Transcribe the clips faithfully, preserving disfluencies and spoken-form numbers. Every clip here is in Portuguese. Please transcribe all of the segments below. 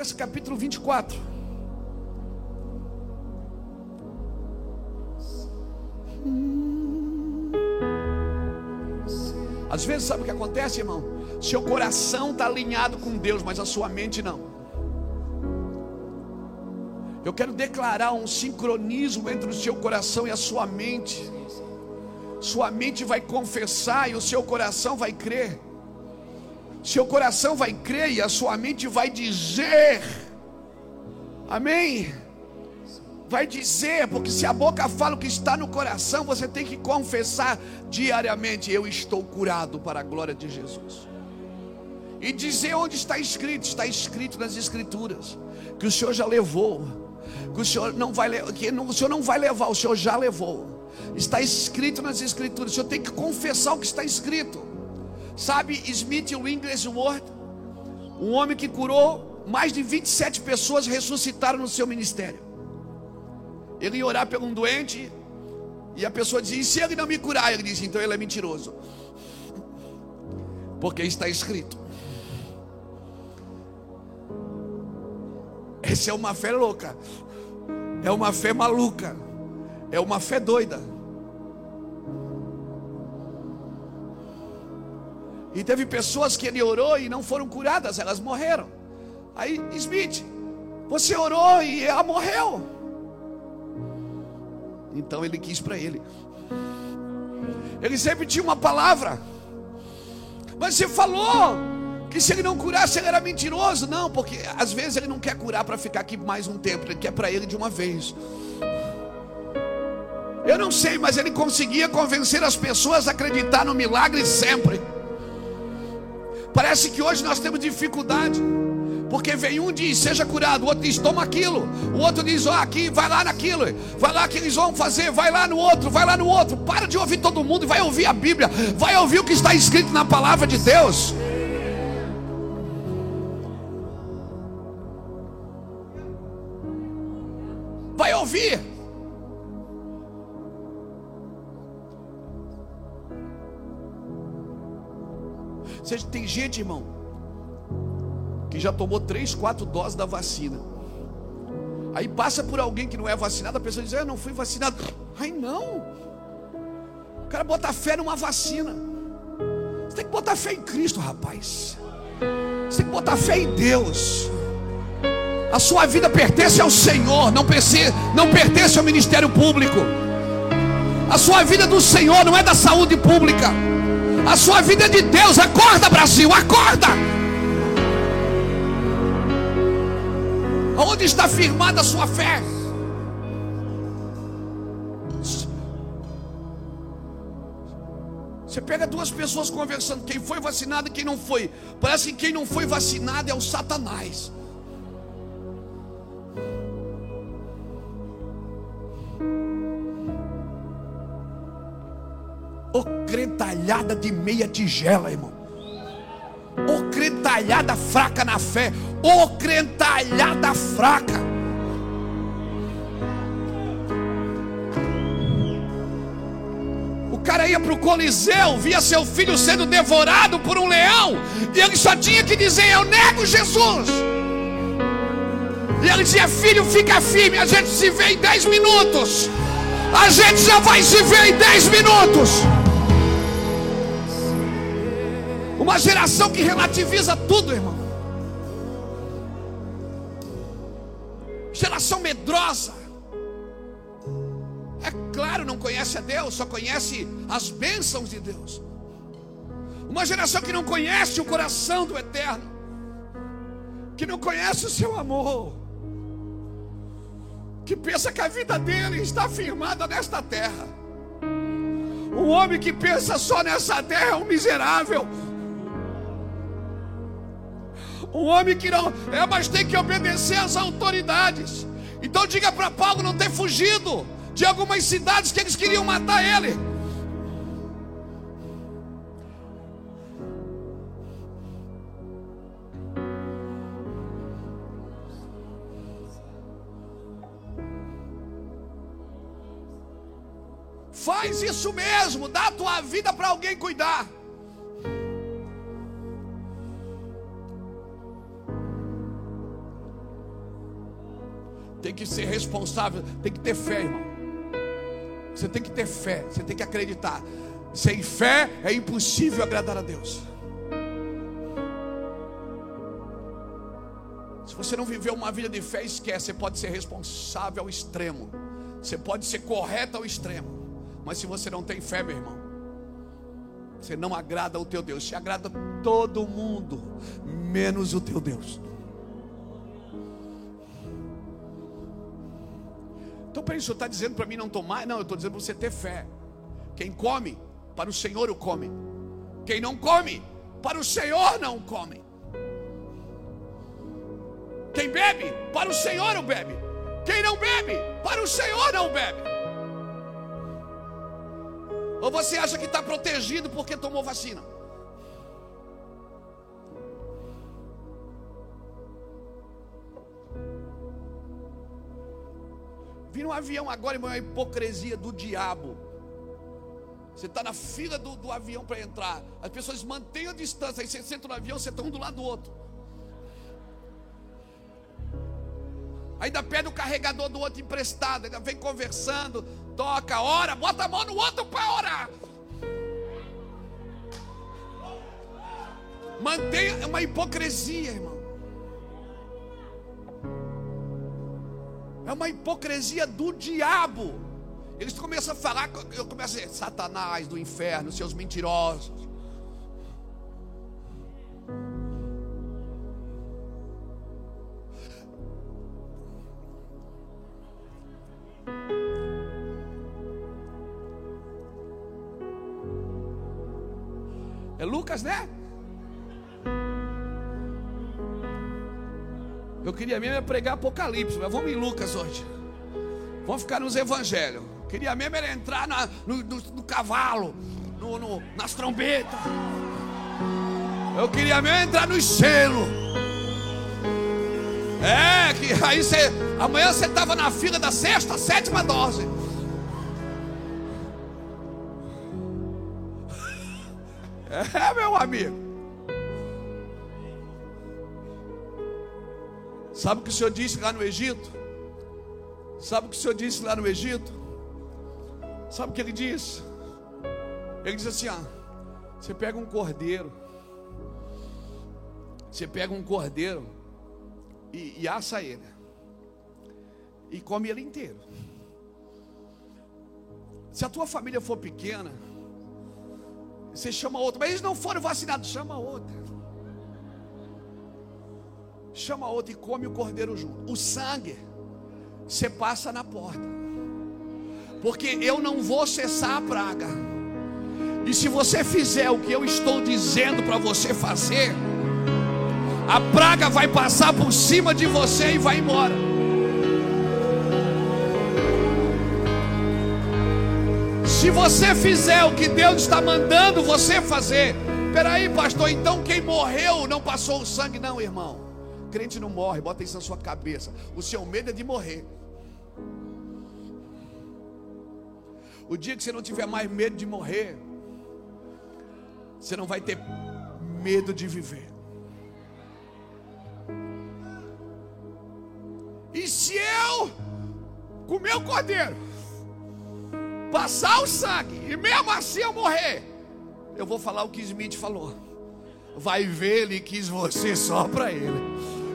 Lucas capítulo vinte e quatro. Às vezes, sabe o que acontece, irmão? Seu coração está alinhado com Deus, mas a sua mente não. Eu quero declarar um sincronismo entre o seu coração e a sua mente. Sua mente vai confessar e o seu coração vai crer. Seu coração vai crer e a sua mente vai dizer. Amém? Vai dizer, porque se a boca fala o que está no coração, você tem que confessar diariamente: eu estou curado para a glória de Jesus. E dizer onde está escrito. Está escrito nas escrituras que o Senhor já levou, que o Senhor não vai, que o Senhor não vai levar, o Senhor já levou. Está escrito nas escrituras. O Senhor tem que confessar o que está escrito. Sabe Smith Wigglesworth, um homem que curou mais de vinte e sete pessoas, ressuscitaram no seu ministério. Ele ia orar por um doente e a pessoa dizia: e se ele não me curar? Ele dizia: então ele é mentiroso, porque está escrito. Essa é uma fé louca, é uma fé maluca, é uma fé doida. E teve pessoas que ele orou e não foram curadas, elas morreram. Aí Smith, você orou e ela morreu. Então ele quis para ele. Ele sempre tinha uma palavra. Mas você falou que se ele não curasse ele era mentiroso. Não, porque às vezes ele não quer curar para ficar aqui mais um tempo. Ele quer para ele de uma vez. Eu não sei, mas ele conseguia convencer as pessoas a acreditar no milagre sempre. Parece que hoje nós temos dificuldade, porque vem um diz: seja curado, o outro diz: toma aquilo, o outro diz: ó, aqui, vai lá naquilo, vai lá que eles vão fazer, vai lá no outro, vai lá no outro. Para de ouvir todo mundo e vai ouvir a Bíblia, vai ouvir o que está escrito na palavra de Deus. Vai ouvir. Tem gente, irmão, que já tomou três, quatro doses da vacina. Aí passa por alguém que não é vacinado, a pessoa diz: eu não fui vacinado. Ai, não. O cara bota fé numa vacina. Você tem que botar fé em Cristo, rapaz. Você tem que botar fé em Deus. A sua vida pertence ao Senhor, não pertence, não pertence ao ministério público. A sua vida é do Senhor, não é da saúde pública. A sua vida é de Deus. Acorda, Brasil, acorda. Aonde está firmada a sua fé? Você pega duas pessoas conversando, quem foi vacinado e quem não foi. Parece que quem não foi vacinado é o Satanás. Ô cretalhada de meia tigela, irmão. Ô cretalhada fraca na fé. Ô cretalhada fraca. O cara ia para o Coliseu, via seu filho sendo devorado por um leão, e ele só tinha que dizer: eu nego Jesus. E ele dizia: filho, fica firme, a gente se vê em dez minutos. A gente já vai se ver em dez minutos. Uma geração que relativiza tudo, irmão. Geração medrosa. É claro, não conhece a Deus, só conhece as bênçãos de Deus. Uma geração que não conhece o coração do Eterno, que não conhece o seu amor, que pensa que a vida dele está firmada nesta terra. Um homem que pensa só nessa terra é um miserável. Um homem que não é, mas tem que obedecer às autoridades. Então diga para Paulo não ter fugido de algumas cidades que eles queriam matar ele. Faz isso mesmo, dá a tua vida para alguém cuidar. tem que ser responsável, tem que ter fé, irmão. Você tem que ter fé, você tem que acreditar. Sem fé é impossível agradar a Deus. Se você não viveu uma vida de fé, esquece. Você pode ser responsável ao extremo, você pode ser correto ao extremo, mas se você não tem fé, meu irmão, você não agrada o teu Deus. Você agrada todo mundo, menos o teu Deus. Então, para isso, está dizendo para mim não tomar? Não, eu estou dizendo para você ter fé. Quem come, para o Senhor o come. Quem não come, para o Senhor não come. Quem bebe, para o Senhor o bebe. Quem não bebe, para o Senhor não bebe. Ou você acha que está protegido porque tomou vacina? Vi no avião agora, irmão, uma hipocrisia do diabo. Você está na fila do, do avião para entrar. As pessoas mantêm a distância. Aí você senta no avião, você está um do lado do outro. Ainda pede o carregador do outro emprestado. Ainda vem conversando. Toca, ora, bota a mão no outro para orar. Mantém uma hipocrisia, irmão. É uma hipocrisia do diabo. Eles começam a falar, eu começo a dizer, Satanás do inferno, seus mentirosos. É Lucas, né? Eu queria mesmo é pregar Apocalipse, mas vamos em Lucas hoje. Vamos ficar nos evangelhos. Queria mesmo era entrar na, no, no, no cavalo, no, no, nas trombetas. Eu queria mesmo entrar nos selos. É, que aí você, amanhã você estava na fila da sexta, sétima dose. É, meu amigo. Sabe o que o Senhor disse lá no Egito? Sabe o que o Senhor disse lá no Egito? Sabe o que ele disse? Ele diz assim, ó, você pega um cordeiro, você pega um cordeiro e, e assa ele e come ele inteiro. Se a tua família for pequena, você chama outra, mas eles não foram vacinados, chama outra. Chama outra e come o cordeiro junto. O sangue você passa na porta, porque eu não vou cessar a praga. E se você fizer o que eu estou dizendo para você fazer, a praga vai passar por cima de você e vai embora. Se você fizer o que Deus está mandando você fazer. Peraí, pastor, então quem morreu não passou o sangue? Não, irmão. Crente não morre, bota isso na sua cabeça. O seu medo é de morrer. O dia que você não tiver mais medo de morrer, você não vai ter medo de viver. E se eu comer o cordeiro, passar o sangue, e mesmo assim eu morrer, eu vou falar o que Smith falou: vai ver, ele quis você só para ele.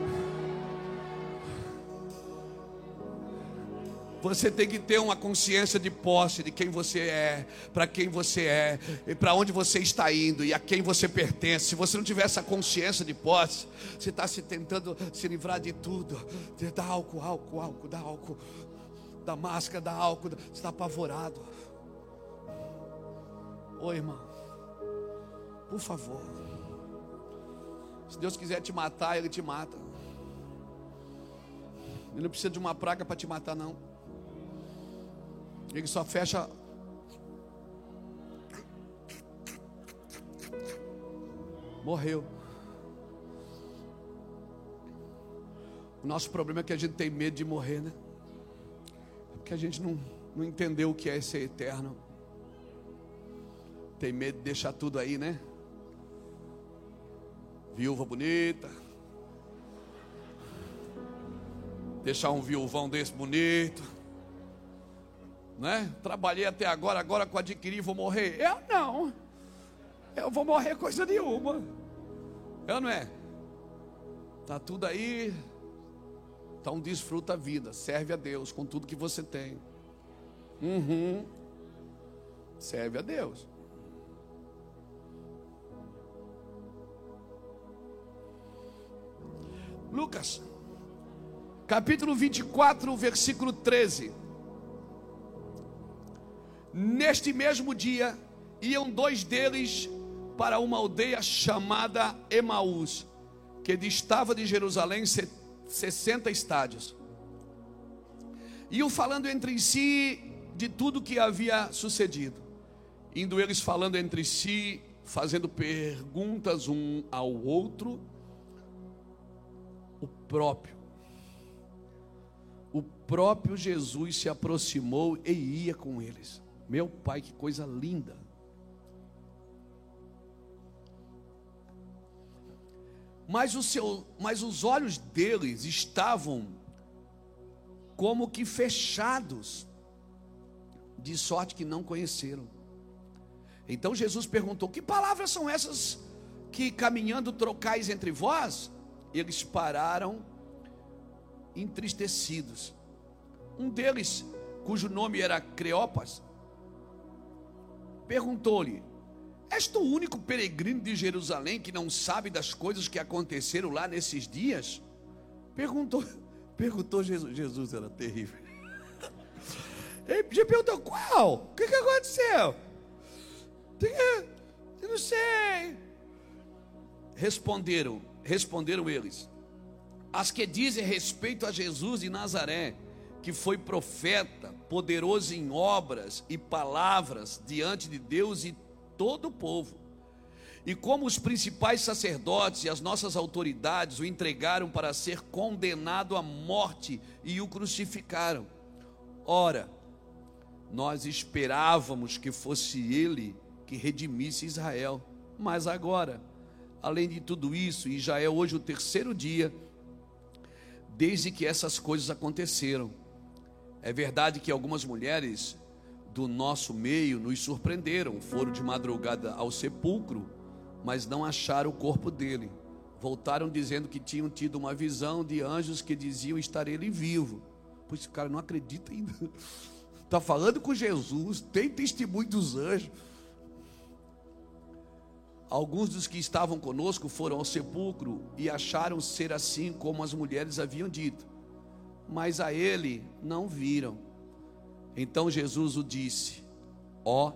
Você tem que ter uma consciência de posse de quem você é, para quem você é, e para onde você está indo e a quem você pertence. Se você não tiver essa consciência de posse, você está se tentando se livrar de tudo. Dá álcool, álcool, álcool, dá álcool, dá máscara, dá álcool, você está apavorado. Ô irmão, por favor, se Deus quiser te matar, Ele te mata. Ele não precisa de uma praga para te matar, não. Ele só fecha. Morreu. O nosso problema é que a gente tem medo de morrer, né? Porque a gente não, não entendeu o que é ser eterno. Tem medo de deixar tudo aí, né? Viúva bonita, Deixar um viúvão desse bonito, né? Trabalhei até agora, agora que eu adquiri vou morrer. Eu não. Eu vou morrer coisa nenhuma. Eu não é. Tá tudo aí. Então desfruta a vida, serve a Deus com tudo que você tem. Uhum. Serve a Deus. Lucas, capítulo vinte e quatro, versículo treze. Neste mesmo dia, iam dois deles para uma aldeia chamada Emaús, que distava de Jerusalém sessenta estádios. Iam falando entre si de tudo que havia sucedido. Indo eles falando entre si, fazendo perguntas um ao outro, o próprio, o próprio Jesus se aproximou e ia com eles. Meu Pai, que coisa linda! Mas, o seu, mas os olhos deles estavam como que fechados, de sorte que não conheceram. Então Jesus perguntou: que palavras são essas que caminhando trocais entre vós? Eles pararam entristecidos. Um deles, cujo nome era Cleopas, perguntou-lhe: és tu o único peregrino de Jerusalém que não sabe das coisas que aconteceram lá nesses dias? Perguntou, perguntou Jesus. Jesus era terrível. Ele perguntou: qual? O que, que aconteceu? Eu não sei. Responderam, responderam eles: as que dizem respeito a Jesus de Nazaré, que foi profeta, poderoso em obras e palavras diante de Deus e todo o povo. E como os principais sacerdotes e as nossas autoridades o entregaram para ser condenado à morte e o crucificaram. Ora, nós esperávamos que fosse ele que redimisse Israel. Mas agora, além de tudo isso, e já é hoje o terceiro dia desde que essas coisas aconteceram. É verdade que algumas mulheres do nosso meio nos surpreenderam, foram de madrugada ao sepulcro, mas não acharam o corpo dele. Voltaram dizendo que tinham tido uma visão de anjos que diziam estar ele vivo. Pois esse cara não acredita ainda. Está falando com Jesus, tem testemunho dos anjos. Alguns dos que estavam conosco foram ao sepulcro e acharam ser assim como as mulheres haviam dito, mas a ele não viram. Então Jesus o disse: ó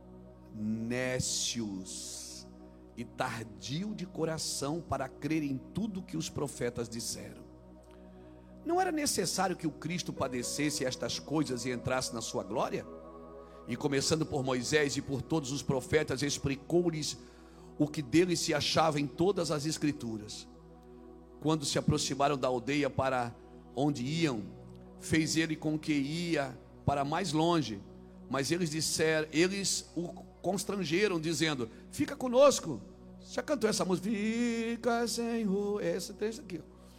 nécios e tardio de coração para crer em tudo que os profetas disseram. Não era necessário que o Cristo padecesse estas coisas e entrasse na sua glória? E começando por Moisés e por todos os profetas, explicou-lhes o que dele se achava em todas as escrituras. Quando se aproximaram da aldeia para onde iam, fez ele com que ia para mais longe, mas eles disseram, eles o constrangeram, dizendo: fica conosco. Já cantou essa música? Fica, Senhor. Esse trecho aqui.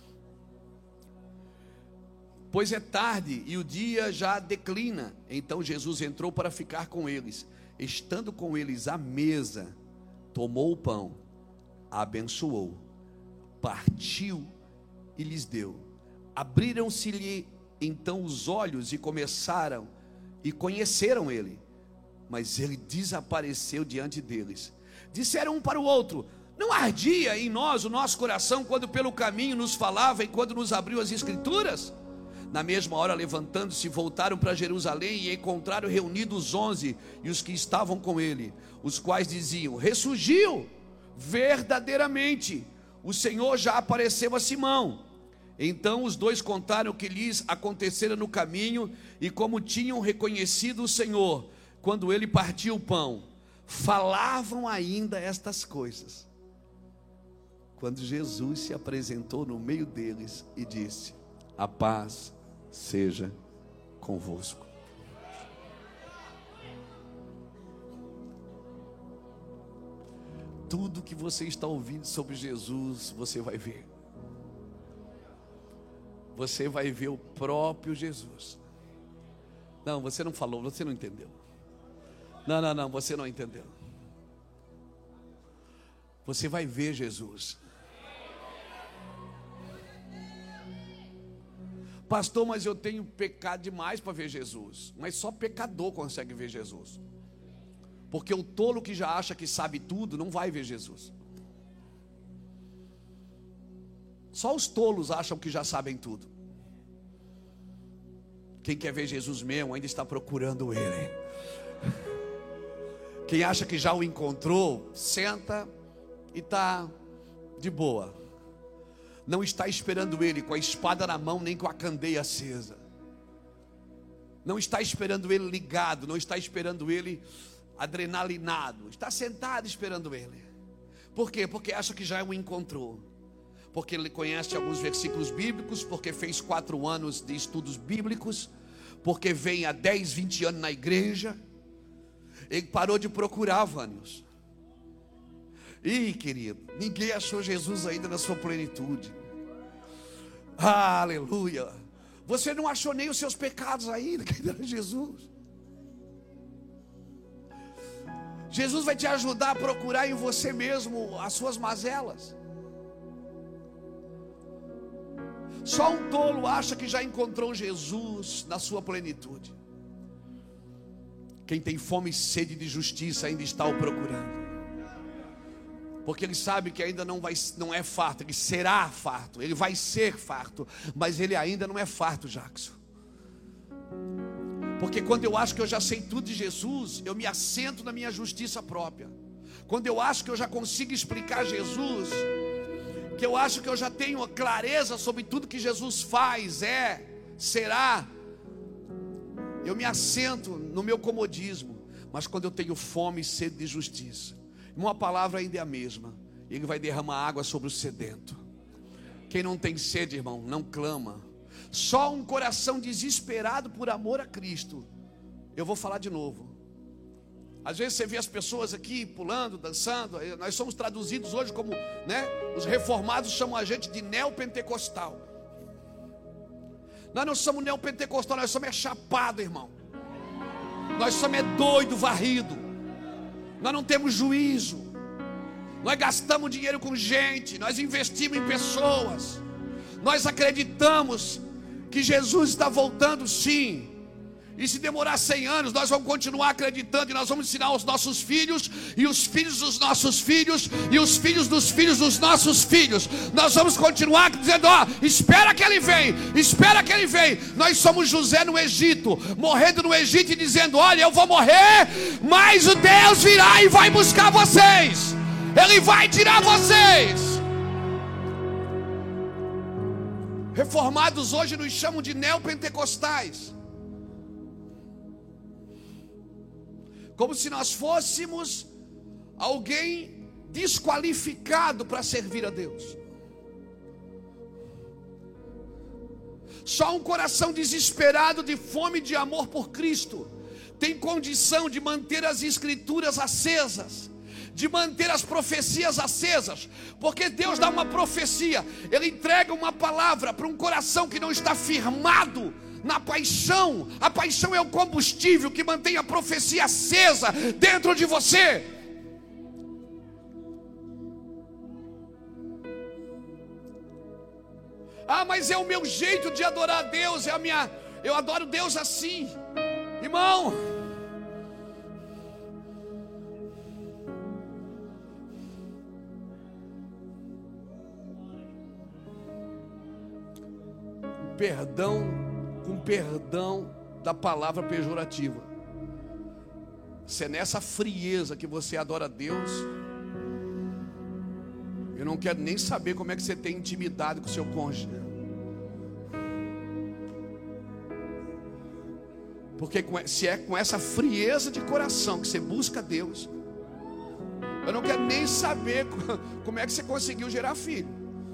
Pois é tarde e o dia já declina. Então Jesus entrou para ficar com eles. Estando com eles à mesa, tomou o pão, abençoou, partiu e lhes deu. Abriram-se-lhe então os olhos e começaram e conheceram ele, mas ele desapareceu diante deles. Disseram um para o outro: não ardia em nós o nosso coração quando pelo caminho nos falava e quando nos abriu as escrituras? Na mesma hora, levantando-se, voltaram para Jerusalém e encontraram reunidos os onze e os que estavam com ele, os quais diziam: ressurgiu verdadeiramente, o Senhor já apareceu a Simão. Então os dois contaram o que lhes acontecera no caminho e como tinham reconhecido o Senhor quando ele partiu o pão. Falavam ainda estas coisas, quando Jesus se apresentou no meio deles e disse: a paz seja convosco. Tudo que você está ouvindo sobre Jesus, você vai ver. você vai ver o próprio Jesus. Não, você não falou, você não entendeu. Não, não, não, você não entendeu. Você vai ver Jesus. Pastor, mas eu tenho pecado demais para ver Jesus. Mas só pecador consegue ver Jesus. Porque o tolo que já acha que sabe tudo não vai ver Jesus. Só os tolos acham que já sabem tudo. Quem quer ver Jesus mesmo ainda está procurando Ele. Quem acha que já o encontrou, senta e está de boa. Não está esperando Ele com a espada na mão, nem com a candeia acesa. Não está esperando Ele ligado, não está esperando Ele adrenalinado. Está sentado esperando Ele. Por quê? Porque acha que já o encontrou. Porque ele conhece alguns versículos bíblicos, porque fez quatro anos de estudos bíblicos, porque vem há dez, vinte anos na igreja. Ele parou de procurar, Vânios. Ih, querido, ninguém achou Jesus ainda na sua plenitude. Ah, aleluia. Você não achou nem os seus pecados ainda, que era Jesus. Jesus vai te ajudar a procurar em você mesmo as suas mazelas. Só um tolo acha que já encontrou Jesus na sua plenitude. Quem tem fome e sede de justiça ainda está o procurando. Porque ele sabe que ainda não, vai, não é farto, ele será farto, ele vai ser farto, mas ele ainda não é farto, Jackson. Porque quando eu acho que eu já sei tudo de Jesus, eu me assento na minha justiça própria. Quando eu acho que eu já consigo explicar Jesus, que eu acho que eu já tenho a clareza sobre tudo que Jesus faz, é, será, eu me assento no meu comodismo. Mas quando eu tenho fome e sede de justiça, uma palavra ainda é a mesma, Ele vai derramar água sobre o sedento. Quem não tem sede, irmão, não clama. Só um coração desesperado por amor a Cristo. Eu vou falar de novo. Às vezes você vê as pessoas aqui pulando, dançando. Nós somos traduzidos hoje como, né? Os reformados chamam a gente de neopentecostal. Nós não somos neopentecostal, nós somos é chapado, irmão. Nós somos é doido, varrido. Nós não temos juízo. Nós gastamos dinheiro com gente. Nós investimos em pessoas. Nós acreditamos que Jesus está voltando, sim. E se demorar cem anos, nós vamos continuar acreditando. E nós vamos ensinar aos nossos filhos, e os filhos dos nossos filhos, e os filhos dos filhos dos nossos filhos. Nós vamos continuar dizendo, ó, espera que ele vem, espera que ele vem. Nós somos José no Egito, morrendo no Egito e dizendo, olha, eu vou morrer, mas o Deus virá e vai buscar vocês. Ele vai tirar vocês. Reformados hoje nos chamam de neopentecostais. Como se nós fôssemos alguém desqualificado para servir a Deus. Só um coração desesperado de fome e de amor por Cristo tem condição de manter as escrituras acesas, de manter as profecias acesas. Porque Deus dá uma profecia, Ele entrega uma palavra para um coração que não está firmado na paixão. A paixão é o combustível que mantém a profecia acesa dentro de você. Ah, mas é o meu jeito de adorar a Deus, é a minha, eu adoro Deus assim. Irmão, perdão, com perdão da palavra pejorativa, se é nessa frieza que você adora a Deus, eu não quero nem saber como é que você tem intimidade com o seu cônjuge. Porque se é com essa frieza de coração que você busca Deus, eu não quero nem saber como é que você conseguiu gerar filho.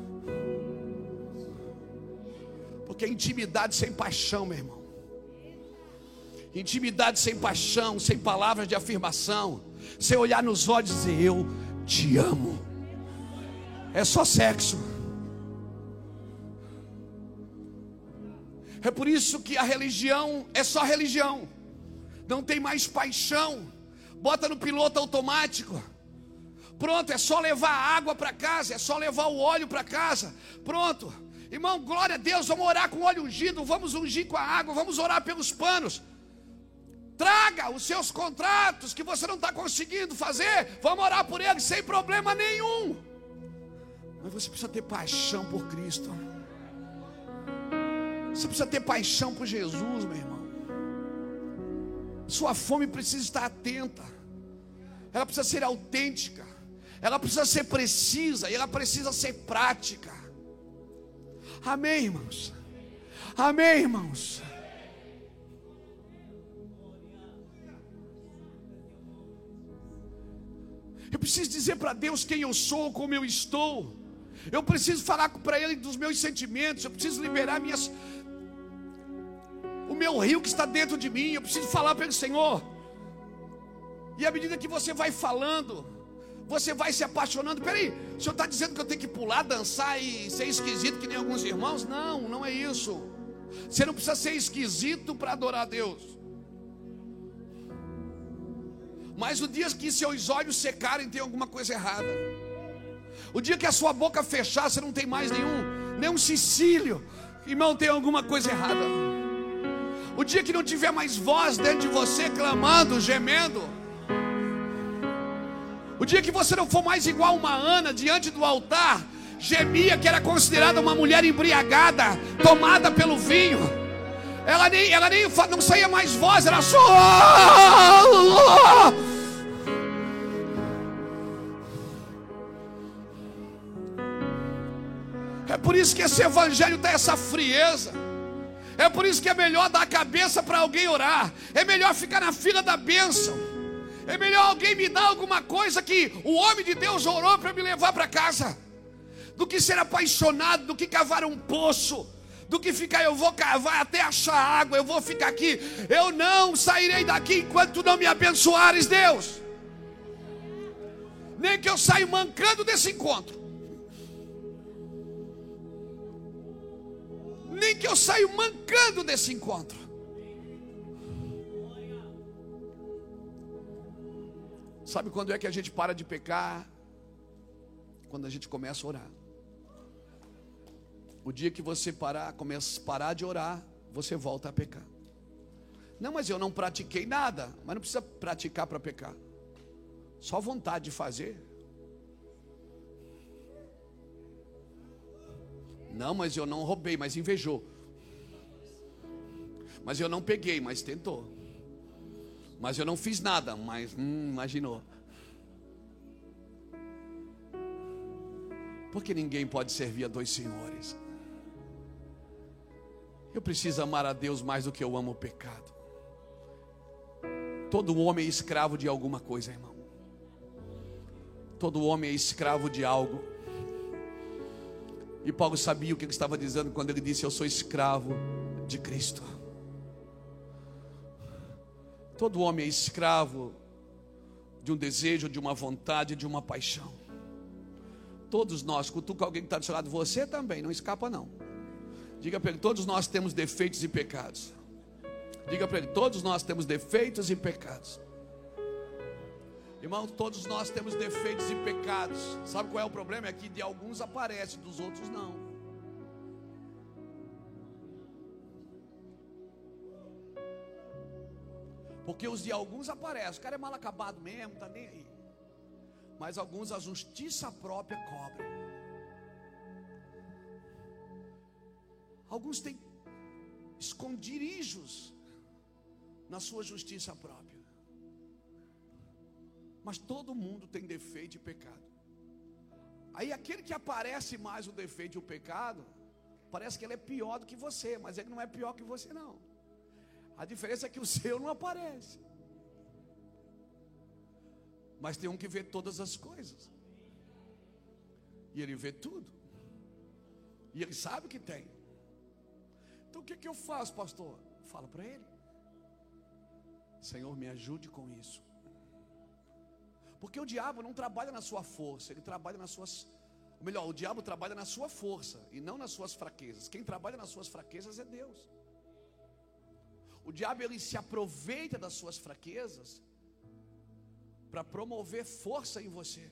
Porque intimidade sem paixão, meu irmão, intimidade sem paixão, sem palavras de afirmação, sem olhar nos olhos e dizer eu te amo, é só sexo. É por isso que a religião é só religião. Não tem mais paixão. Bota no piloto automático. Pronto, é só levar a água para casa, é só levar o óleo para casa. Pronto. Irmão, glória a Deus, vamos orar com óleo ungido, vamos ungir com a água, vamos orar pelos panos. Traga os seus contratos que você não está conseguindo fazer, vamos orar por eles sem problema nenhum. Mas você precisa ter paixão por Cristo. Você precisa ter paixão por Jesus, meu irmão. Sua fome precisa estar atenta. Ela precisa ser autêntica. Ela precisa ser precisa. E ela precisa ser prática. Amém, irmãos? Amém, irmãos? Eu preciso dizer para Deus quem eu sou, como eu estou. Eu preciso falar para Ele dos meus sentimentos. Eu preciso liberar minhas, o meu rio que está dentro de mim. Eu preciso falar para Ele, Senhor. E à medida que você vai falando, você vai se apaixonando. Peraí, o Senhor está dizendo que eu tenho que pular, dançar e ser esquisito que nem alguns irmãos? Não, não é isso. Você não precisa ser esquisito para adorar a Deus. Mas o dia que seus olhos secarem, tem alguma coisa errada. O dia que a sua boca fechar, você não tem mais nenhum, nenhum cicílio, irmão, tem alguma coisa errada. O dia que não tiver mais voz dentro de você, clamando, gemendo. O dia que você não for mais igual uma Ana diante do altar, gemia, que era considerada uma mulher embriagada, tomada pelo vinho. Ela nem, ela nem não saía mais voz, era só. É por isso que esse evangelho tem essa frieza. É por isso que é melhor dar a cabeça para alguém orar. É melhor ficar na fila da bênção. É melhor alguém me dar alguma coisa que o homem de Deus orou para me levar para casa, do que ser apaixonado, do que cavar um poço, do que ficar, eu vou cavar até achar água, eu vou ficar aqui. Eu não sairei daqui enquanto tu não me abençoares, Deus. Nem que eu saia mancando desse encontro. Nem que eu saia mancando desse encontro. Sabe quando é que a gente para de pecar? Quando a gente começa a orar. O dia que você parar, começa a parar de orar, você volta a pecar. Não, mas eu não pratiquei nada. Mas não precisa praticar para pecar. Só vontade de fazer. Não, mas eu não roubei, mas invejou. Mas eu não peguei, mas tentou. Mas eu não fiz nada, mas hum, imaginou. Porque ninguém pode servir a dois senhores. Eu preciso amar a Deus mais do que eu amo o pecado. Todo homem é escravo de alguma coisa, irmão. Todo homem é escravo de algo. E Paulo sabia o que ele estava dizendo quando ele disse: eu sou escravo de Cristo. Todo homem é escravo de um desejo, de uma vontade, de uma paixão. Todos nós, cutuca alguém que está do seu lado, você também, não escapa não. Diga para ele: todos nós temos defeitos e pecados. Diga para ele: todos nós temos defeitos e pecados. Irmão, todos nós temos defeitos e pecados. Sabe qual é o problema? É que de alguns aparece, dos outros não. Porque os de alguns aparecem, o cara é mal acabado mesmo, tá nem aí. Mas alguns a justiça própria cobre. Alguns têm esconderijos na sua justiça própria. Mas todo mundo tem defeito e pecado. Aí aquele que aparece mais o defeito e o pecado, parece que ele é pior do que você, mas ele não é pior que você não. A diferença é que o seu não aparece. Mas tem um que vê todas as coisas. E ele vê tudo. E ele sabe que tem. Então o que, que eu faço, pastor? Fala para ele: Senhor, me ajude com isso. Porque o diabo não trabalha na sua força, ele trabalha nas suas... Ou melhor, o diabo trabalha na sua força e não nas suas fraquezas. Quem trabalha nas suas fraquezas é Deus. O diabo, ele se aproveita das suas fraquezas para promover força em você.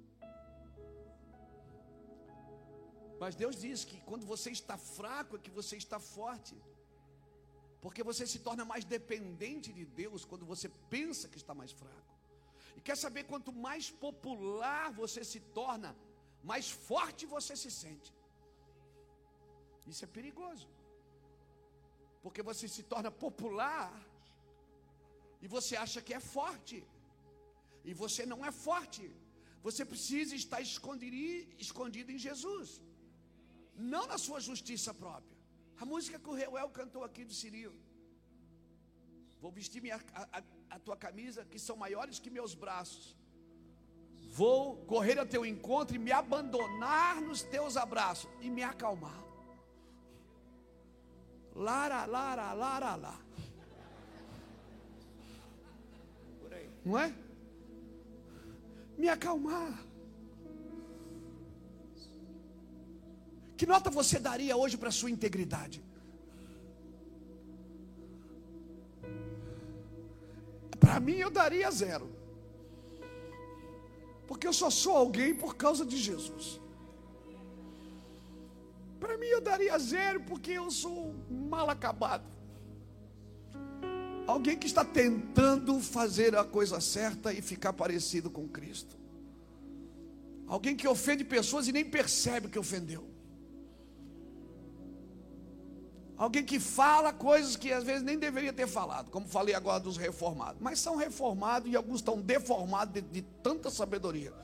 Mas Deus diz que quando você está fraco é que você está forte. Porque você se torna mais dependente de Deus quando você pensa que está mais fraco. E quer saber, quanto mais popular você se torna, mais forte você se sente. Isso é perigoso. Porque você se torna popular e você acha que é forte. E você não é forte. Você precisa estar escondido em Jesus, não na sua justiça própria. A música que o Reuel cantou aqui do Cirilo: vou vestir minha, a, a, a tua camisa, que são maiores que meus braços. Vou correr ao teu encontro e me abandonar nos teus abraços e me acalmar. Lara, lara, lara, lá. Por aí. Não é? Me acalmar. Que nota você daria hoje para a sua integridade? Para mim eu daria zero. Porque eu só sou alguém por causa de Jesus. Para mim eu daria zero porque eu sou mal acabado. Alguém que está tentando fazer a coisa certa e ficar parecido com Cristo. Alguém que ofende pessoas e nem percebe que ofendeu. Alguém que fala coisas que às vezes nem deveria ter falado, como falei agora dos reformados. Mas são reformados e alguns estão deformados de, de tanta sabedoria.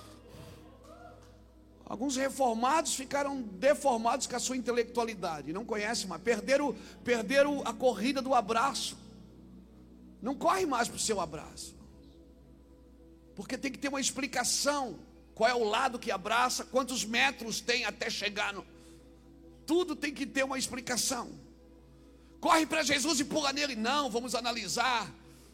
Alguns reformados ficaram deformados com a sua intelectualidade. Não conhecem mais, perderam, perderam a corrida do abraço. Não corre mais para o seu abraço. Porque tem que ter uma explicação. Qual é o lado que abraça, quantos metros tem até chegar no... Tudo tem que ter uma explicação. Corre para Jesus e pula nele. Não, vamos analisar.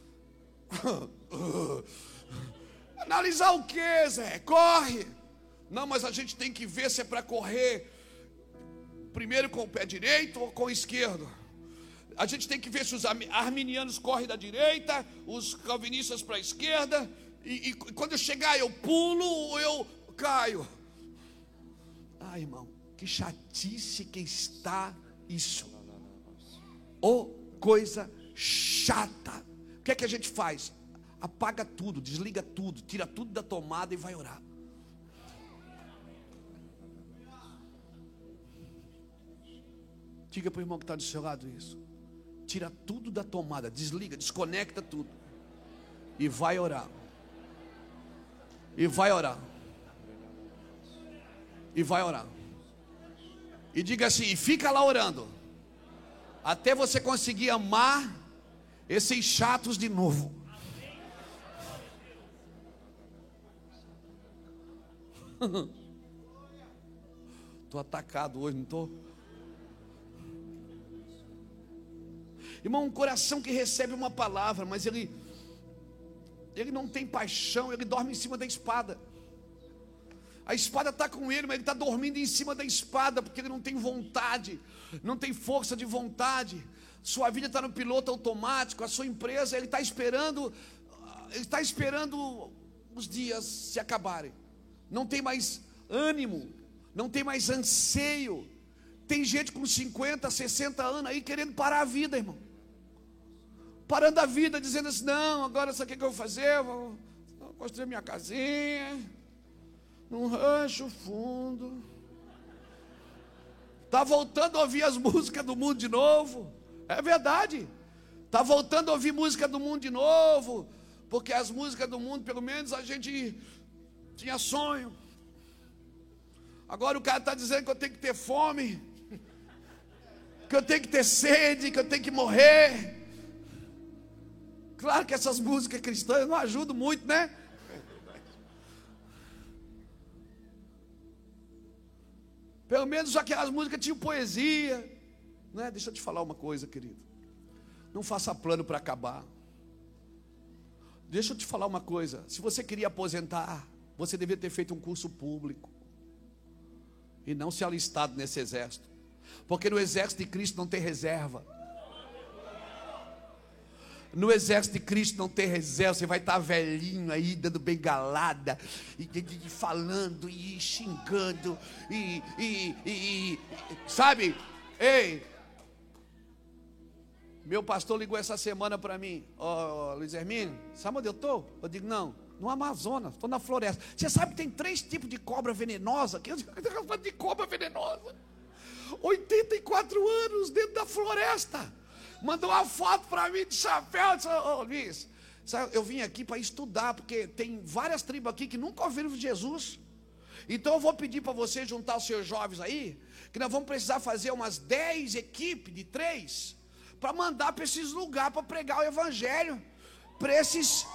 Analisar o que, Zé? Corre. Não, mas a gente tem que ver se é para correr primeiro com o pé direito ou com o esquerdo. A gente tem que ver se os arminianos correm da direita, os calvinistas para a esquerda. E, e quando eu chegar eu pulo ou eu caio. Ah, irmão, que chatice que está isso. Ô, coisa chata. O que é que a gente faz? Apaga tudo, desliga tudo, tira tudo da tomada e vai orar. Diga para o irmão que está do seu lado isso. Tira tudo da tomada, desliga, desconecta tudo e vai orar. E vai orar. E vai orar. E diga assim, e fica lá orando até você conseguir amar esses chatos de novo. Estou atacado hoje, não estou? Irmão, um coração que recebe uma palavra, mas ele Ele não tem paixão, ele dorme em cima da espada. A espada está com ele, mas ele está dormindo em cima da espada, porque ele não tem vontade, não tem força de vontade. Sua vida está no piloto automático, a sua empresa, ele está esperando, ele está esperando os dias se acabarem. Não tem mais ânimo, não tem mais anseio. Tem gente com cinquenta, sessenta anos aí querendo parar a vida, irmão. Parando a vida, dizendo assim, não, agora sabe o que eu vou fazer? Eu vou, vou construir minha casinha num rancho fundo. Está voltando a ouvir as músicas do mundo de novo. É verdade. Está voltando a ouvir música do mundo de novo. Porque as músicas do mundo, pelo menos a gente tinha sonho. Agora o cara está dizendo que eu tenho que ter fome, que eu tenho que ter sede, que eu tenho que morrer. Claro que essas músicas cristãs não ajudam muito, né? Pelo menos aquelas músicas tinham poesia, né? Deixa eu te falar uma coisa, querido. Não faça plano para acabar. Deixa eu te falar uma coisa. Se você queria aposentar, você devia ter feito um curso público e não se alistado nesse exército. Porque no exército de Cristo não tem reserva. No exército de Cristo não tem reserva. Você vai estar velhinho aí, dando bengalada, e, e, e falando, e xingando, e, e, e, e sabe? Ei, meu pastor ligou essa semana para mim. Ó, oh, Luiz Hermínio, sabe onde eu estou? Eu digo, não, no Amazonas, estou na floresta. Você sabe que tem três tipos de cobra venenosa? Que de cobra venenosa? oitenta e quatro anos dentro da floresta. Mandou uma foto para mim de chapéu. Ô, oh, Luiz, eu vim aqui para estudar, porque tem várias tribos aqui que nunca ouviram de Jesus. Então eu vou pedir para você juntar os seus jovens aí, que nós vamos precisar fazer umas dez equipes de três, para mandar para esses lugares, para pregar o evangelho, para esses...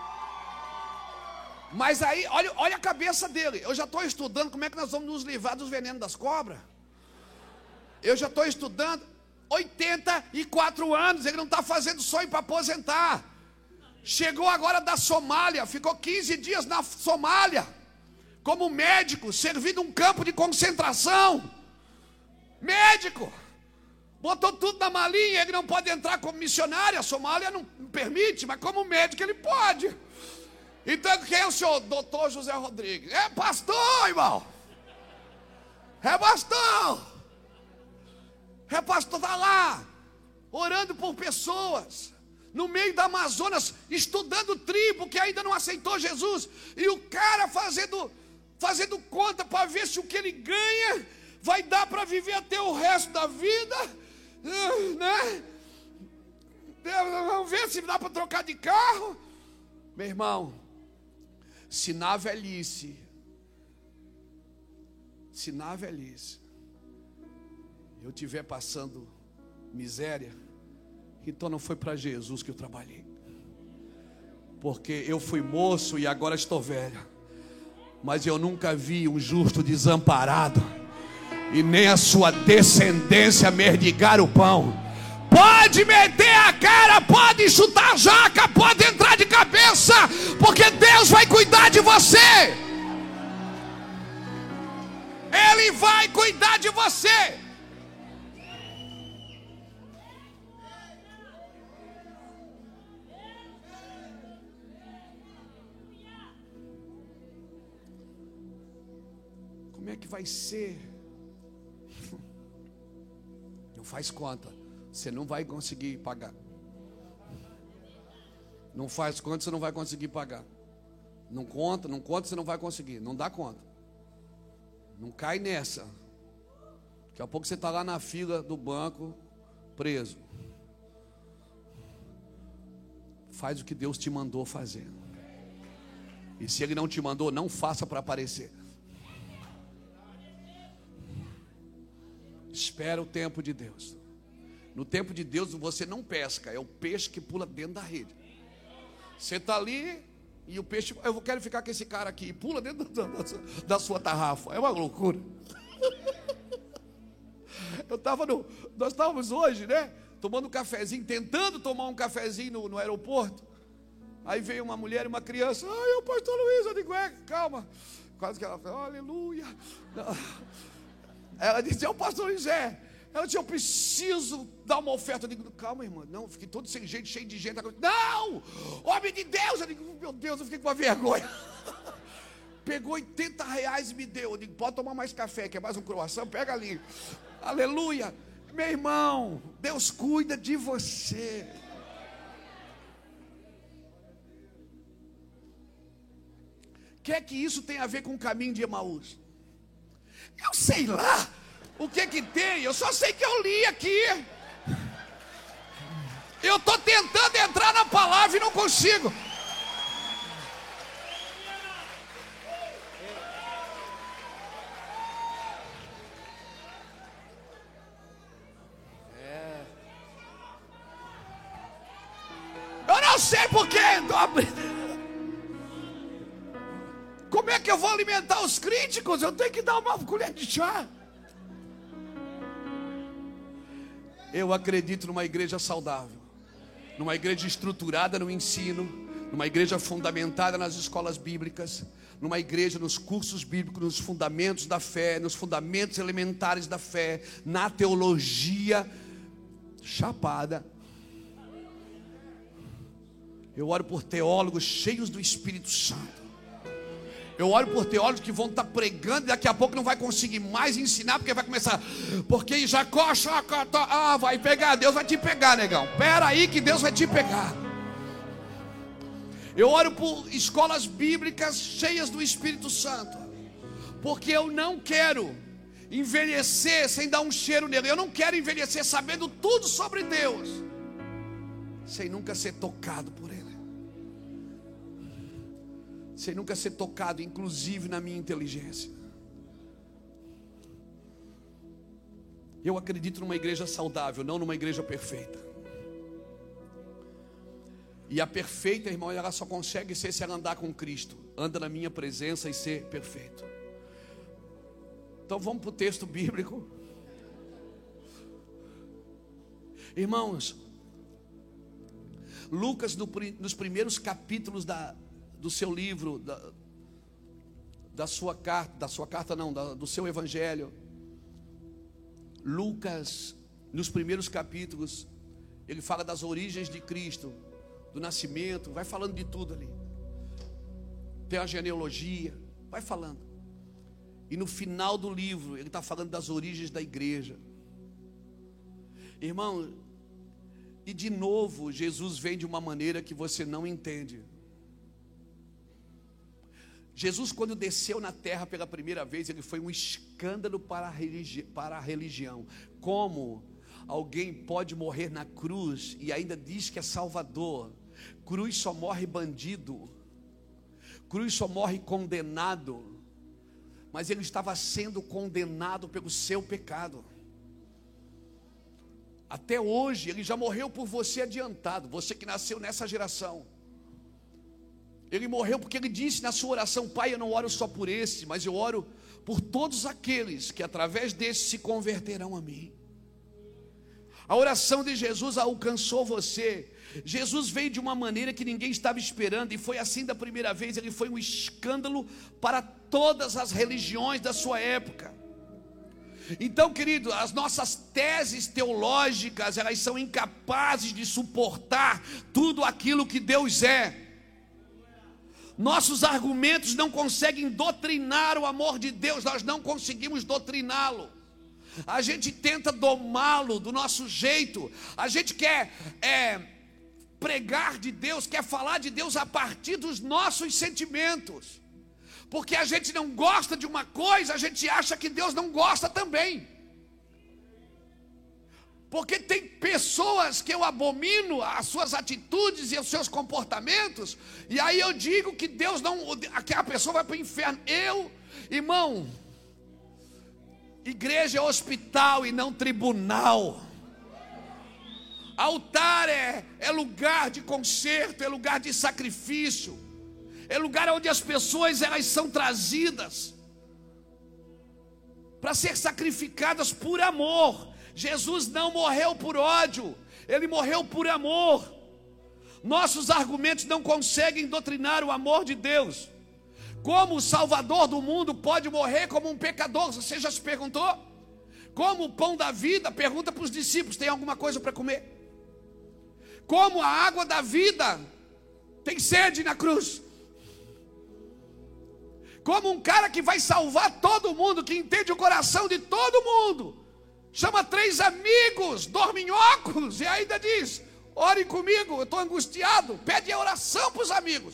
Mas aí, olha, olha a cabeça dele. Eu já estou estudando como é que nós vamos nos livrar dos venenos das cobras. Eu já estou estudando, oitenta e quatro anos, ele não está fazendo sonho para aposentar. Chegou agora da Somália, ficou quinze dias na Somália, como médico, servindo um campo de concentração. Médico, botou tudo na malinha, ele não pode entrar como missionário, a Somália não permite, mas como médico ele pode. Então quem é o senhor? Doutor José Rodrigues. É pastor, irmão. É pastor. É pastor, está lá, orando por pessoas, no meio da Amazonas, estudando tribo que ainda não aceitou Jesus. E o cara fazendo, fazendo conta para ver se o que ele ganha vai dar para viver até o resto da vida, né? Vamos ver se dá para trocar de carro. Meu irmão, se na velhice, se na velhice eu estiver passando miséria, então não foi para Jesus que eu trabalhei, porque eu fui moço e agora estou velho, mas eu nunca vi um justo desamparado, e nem a sua descendência mendigar o pão. Pode meter a cara, pode chutar a jaca, pode entrar de cabeça, porque Deus vai cuidar de você. Ele vai cuidar de você. Como é que vai ser? Não faz conta. Você não vai conseguir pagar. Não faz conta, você não vai conseguir pagar. Não conta, não conta, você não vai conseguir. Não dá conta. Não cai nessa. Daqui a pouco você está lá na fila do banco, preso. Faz o que Deus te mandou fazer. E se Ele não te mandou, não faça para aparecer. Espera o tempo de Deus. No tempo de Deus você não pesca, é o peixe que pula dentro da rede. Você está ali e o peixe, eu quero ficar com esse cara aqui, e pula dentro da, da, da sua tarrafa. É uma loucura. Eu estava no, nós estávamos hoje, né? Tomando um cafezinho, tentando tomar um cafezinho no, no aeroporto. Aí veio uma mulher e uma criança. Ai, o pastor Luiz, eu digo, é, calma. Quase que ela falou, aleluia. Ela disse, é o pastor Luiz, é. Ela disse, eu preciso dar uma oferta. Eu digo, calma, irmã. Não, fiquei todo sem jeito, cheio de gente. Não, homem de Deus. Eu digo, meu Deus, eu fiquei com uma vergonha. Pegou oitenta reais e me deu. Eu digo, pode tomar mais café, quer mais um croissant? Pega ali. Aleluia. Meu irmão, Deus cuida de você. O que é que isso tem a ver com o caminho de Emaús? Eu sei lá o que que tem, eu só sei que eu li aqui. Eu estou tentando entrar na palavra e não consigo. É. Eu não sei porquê. Como é que eu vou alimentar os críticos? Eu tenho que dar uma colher de chá. Eu acredito numa igreja saudável, numa igreja estruturada no ensino, numa igreja fundamentada nas escolas bíblicas, numa igreja nos cursos bíblicos, nos fundamentos da fé, nos fundamentos elementares da fé, na teologia chapada. Eu oro por teólogos cheios do Espírito Santo. Eu oro por teólogos que vão estar pregando e daqui a pouco não vai conseguir mais ensinar, porque vai começar, porque Jacó, ah, vai pegar, Deus vai te pegar, negão. Pera aí que Deus vai te pegar. Eu oro por escolas bíblicas cheias do Espírito Santo, porque eu não quero envelhecer sem dar um cheiro nele. Eu não quero envelhecer sabendo tudo sobre Deus, sem nunca ser tocado por Ele, sem nunca ser tocado, inclusive na minha inteligência. Eu acredito numa igreja saudável, não numa igreja perfeita. E a perfeita, irmão, ela só consegue ser se ela andar com Cristo, anda na minha presença e ser perfeito. Então vamos para o texto bíblico. Irmãos, Lucas, no, nos primeiros capítulos da, do seu livro, da, da sua carta, da sua carta não, da, do seu evangelho, Lucas, nos primeiros capítulos, ele fala das origens de Cristo, do nascimento, vai falando de tudo ali. Tem a genealogia, vai falando. E no final do livro, ele está falando das origens da igreja. Irmão, e de novo, Jesus vem de uma maneira que você não entende. Jesus, quando desceu na terra pela primeira vez, ele foi um escândalo para a, religi- para a religião. Como alguém pode morrer na cruz e ainda diz que é salvador? Cruz só morre bandido, cruz só morre condenado. Mas ele estava sendo condenado pelo seu pecado. Até hoje, ele já morreu por você adiantado, você que nasceu nessa geração. Ele morreu porque ele disse na sua oração: Pai, eu não oro só por esse, mas eu oro por todos aqueles que através desse se converterão a mim. A oração de Jesus alcançou você. Jesus veio de uma maneira que ninguém estava esperando, e foi assim da primeira vez. Ele foi um escândalo para todas as religiões da sua época. Então, querido, as nossas teses teológicas, elas são incapazes de suportar tudo aquilo que Deus é. Nossos argumentos não conseguem doutrinar o amor de Deus, nós não conseguimos doutriná-lo. A gente tenta domá-lo do nosso jeito. A gente quer é, pregar de Deus, quer falar de Deus a partir dos nossos sentimentos. Porque a gente não gosta de uma coisa, a gente acha que Deus não gosta também. Porque tem pessoas que eu abomino as suas atitudes e os seus comportamentos, e aí eu digo que Deus não, que a pessoa vai para o inferno. Eu, irmão, igreja é hospital e não tribunal. Altar é, é lugar de conserto, é lugar de sacrifício, é lugar onde as pessoas elas são trazidas para ser sacrificadas por amor. Jesus não morreu por ódio, Ele morreu por amor. Nossos argumentos não conseguem doutrinar o amor de Deus. Como o Salvador do mundo pode morrer como um pecador? Você já se perguntou? Como o pão da vida, pergunta para os discípulos: tem alguma coisa para comer? Como a água da vida tem sede na cruz? Como um cara que vai salvar todo mundo, que entende o coração de todo mundo, chama três amigos dorminhocos e ainda diz: ore comigo, eu estou angustiado. Pede a oração para os amigos.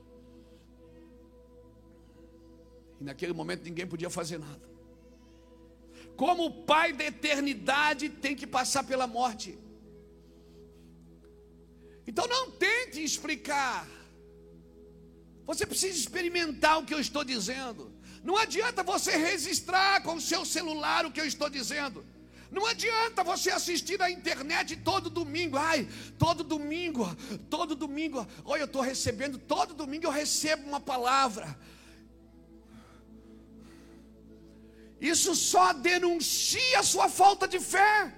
E naquele momento ninguém podia fazer nada. Como o Pai da eternidade tem que passar pela morte. Então não tente explicar. Você precisa experimentar o que eu estou dizendo. Não adianta você registrar com o seu celular o que eu estou dizendo. Não adianta você assistir na internet todo domingo. Ai, todo domingo, todo domingo. Olha, eu estou recebendo, todo domingo eu recebo uma palavra. Isso só denuncia a sua falta de fé.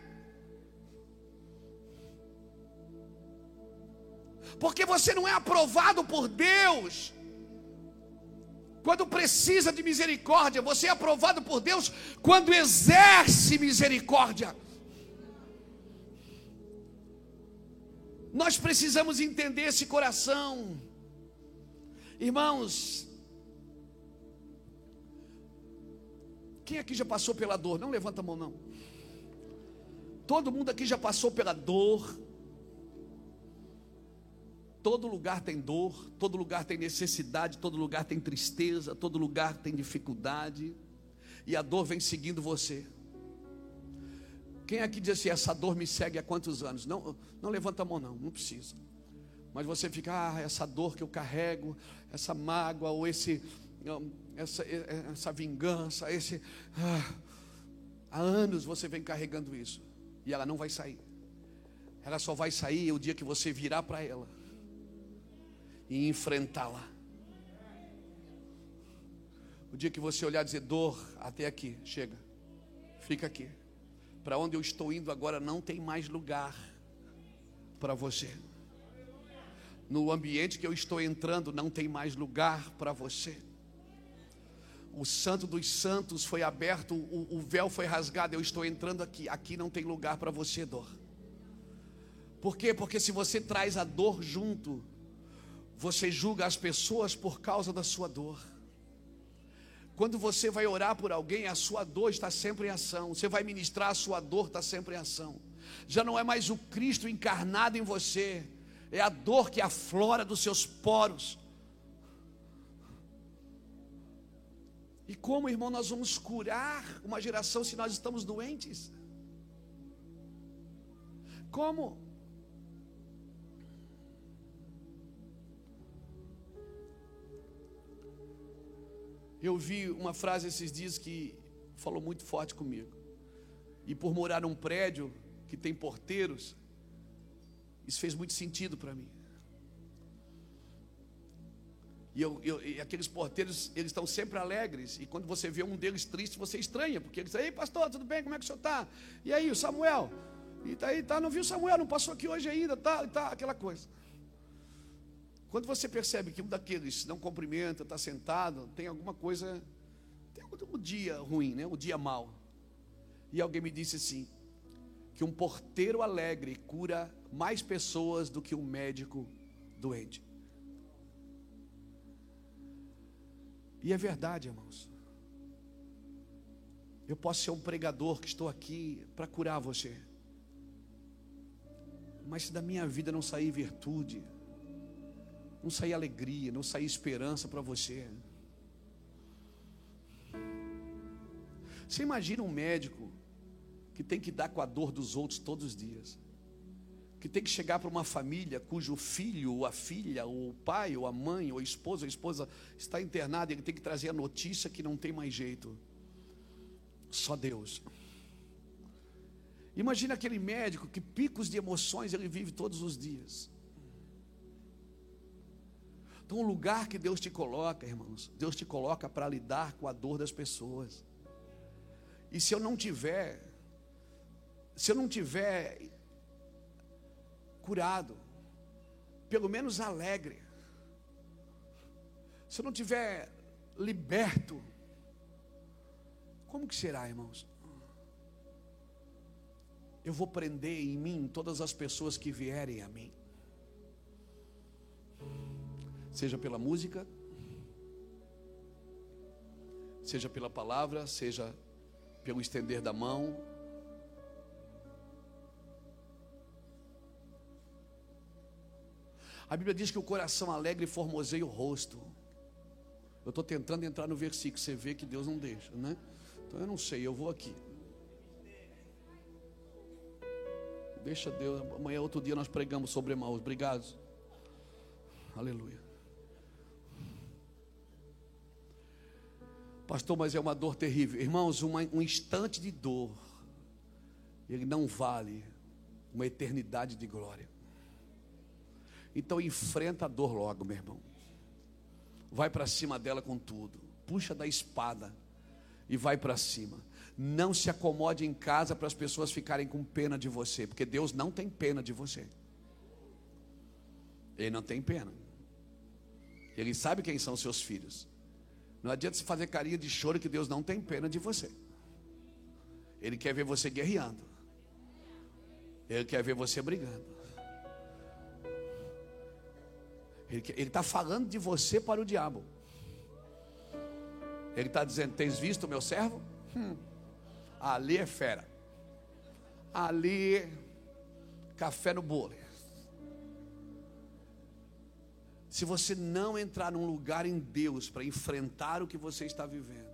Porque você não é aprovado por Deus quando precisa de misericórdia. Você é aprovado por Deus quando exerce misericórdia. Nós precisamos entender esse coração. Irmãos, quem aqui já passou pela dor? Não levanta a mão não. Todo mundo aqui já passou pela dor. Todo lugar tem dor, todo lugar tem necessidade, todo lugar tem tristeza, todo lugar tem dificuldade, e a dor vem seguindo você. Quem aqui diz assim, essa dor me segue há quantos anos? Não, não levanta a mão não, não precisa. Mas você fica, ah, essa dor que eu carrego, essa mágoa, ou esse, essa, essa vingança, esse, ah, há anos você vem carregando isso, e ela não vai sair. Ela só vai sair o dia que você virar para ela e enfrentá-la. O dia que você olhar e dizer, dor, até aqui, chega, fica aqui. Para onde eu estou indo agora não tem mais lugar para você. No ambiente que eu estou entrando não tem mais lugar para você. O santo dos santos foi aberto, o, o véu foi rasgado, eu estou entrando aqui. Aqui não tem lugar para você, dor. Por quê? Porque se você traz a dor junto, você julga as pessoas por causa da sua dor. Quando você vai orar por alguém, a sua dor está sempre em ação. Você vai ministrar, a sua dor está sempre em ação. Já não é mais o Cristo encarnado em você, é a dor que aflora dos seus poros. E como, irmão, nós vamos curar uma geração se nós estamos doentes? Como? Eu vi uma frase esses dias que falou muito forte comigo. E por morar num prédio que tem porteiros, isso fez muito sentido para mim. E, eu, eu, e aqueles porteiros, eles estão sempre alegres. E quando você vê um deles triste, você estranha. Porque eles dizem, ei pastor, tudo bem? Como é que o senhor está? E aí, o Samuel? E tá aí, tá, não viu o Samuel? Não passou aqui hoje ainda, tá, tá, aquela coisa. Quando você percebe que um daqueles não cumprimenta, está sentado, tem alguma coisa, tem um dia ruim, né? Um dia mau. E alguém me disse assim, que um porteiro alegre cura mais pessoas do que um médico doente. E é verdade, irmãos. Eu posso ser um pregador que estou aqui para curar você. Mas se da minha vida não sair virtude, não sair alegria, não sair esperança para você. Você imagina um médico que tem que dar com a dor dos outros todos os dias, que tem que chegar para uma família cujo filho, ou a filha, ou o pai, ou a mãe, ou a esposa, ou a esposa está internada, e ele tem que trazer a notícia que não tem mais jeito. Só Deus. Imagina aquele médico que picos de emoções ele vive todos os dias. Então, o lugar que Deus te coloca, irmãos, Deus te coloca para lidar com a dor das pessoas. E se eu não tiver, se eu não tiver curado, pelo menos alegre, se eu não tiver liberto, como que será, irmãos? Eu vou prender em mim todas as pessoas que vierem a mim. Seja pela música, seja pela palavra, seja pelo estender da mão. A Bíblia diz que o coração alegre formoseia o rosto. Eu estou tentando entrar no versículo, você vê que Deus não deixa, né? Então eu não sei, eu vou aqui. Deixa Deus, amanhã outro dia nós pregamos sobre Emaús. Obrigado. Aleluia. Pastor, mas é uma dor terrível. Irmãos, uma, um instante de dor, ele não vale uma eternidade de glória. Então enfrenta a dor logo, meu irmão. Vai para cima dela com tudo. Puxa da espada e vai para cima. Não se acomode em casa para as pessoas ficarem com pena de você, porque Deus não tem pena de você. Ele não tem pena. Ele sabe quem são seus filhos. Não adianta se fazer carinha de choro, que Deus não tem pena de você. Ele quer ver você guerreando. Ele quer ver você brigando. Ele está falando de você para o diabo. Ele está dizendo: tens visto o meu servo? Hum, ali é fera. Ali, café no bolo. Se você não entrar num lugar em Deus para enfrentar o que você está vivendo,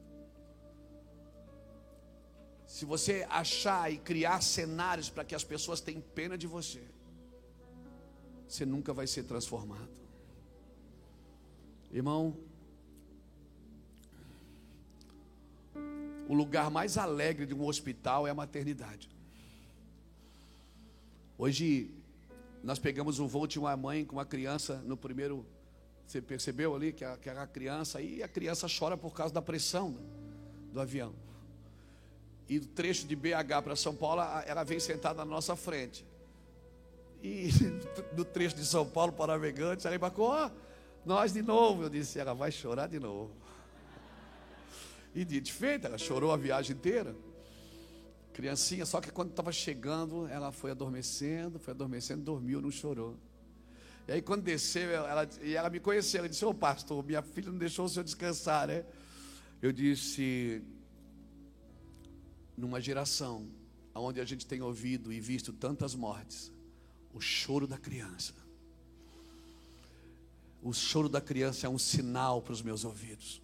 se você achar e criar cenários para que as pessoas tenham pena de você, você nunca vai ser transformado. Irmão, o lugar mais alegre de um hospital é a maternidade. Hoje nós pegamos um voo de uma mãe com uma criança no primeiro. Você percebeu ali que era a criança, e a criança chora por causa da pressão do avião. E do trecho de B H para São Paulo, ela vem sentada na nossa frente. E do trecho de São Paulo para Navegantes, ela embarcou: ó, nós de novo. Eu disse: ela vai chorar de novo. E dito feito, ela chorou a viagem inteira. Criancinha, só que quando estava chegando, ela foi adormecendo, foi adormecendo, dormiu, não chorou. E aí quando desceu, ela, e ela me conheceu, ela disse: ô pastor, minha filha não deixou o senhor descansar, né? Eu disse: numa geração onde a gente tem ouvido e visto tantas mortes, o choro da criança, o choro da criança é um sinal para os meus ouvidos.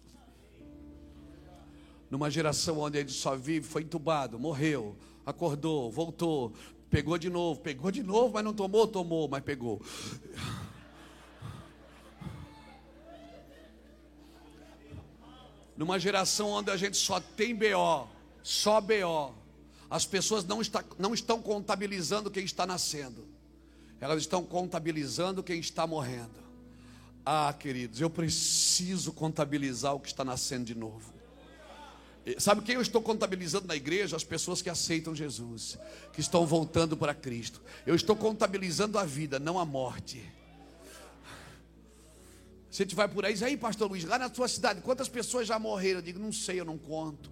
Numa geração onde a gente só vive, foi entubado, morreu, acordou, voltou, pegou de novo, pegou de novo, mas não tomou, tomou, mas pegou. Numa geração onde a gente só tem B O, só B O, as pessoas não, está, não estão contabilizando quem está nascendo, elas estão contabilizando quem está morrendo. Ah, queridos, eu preciso contabilizar o que está nascendo de novo. Sabe quem eu estou contabilizando na igreja? As pessoas que aceitam Jesus, que estão voltando para Cristo. Eu estou contabilizando a vida, não a morte. Se a gente vai por aí, diz: aí pastor Luiz, lá na sua cidade, quantas pessoas já morreram? Eu digo: não sei, eu não conto.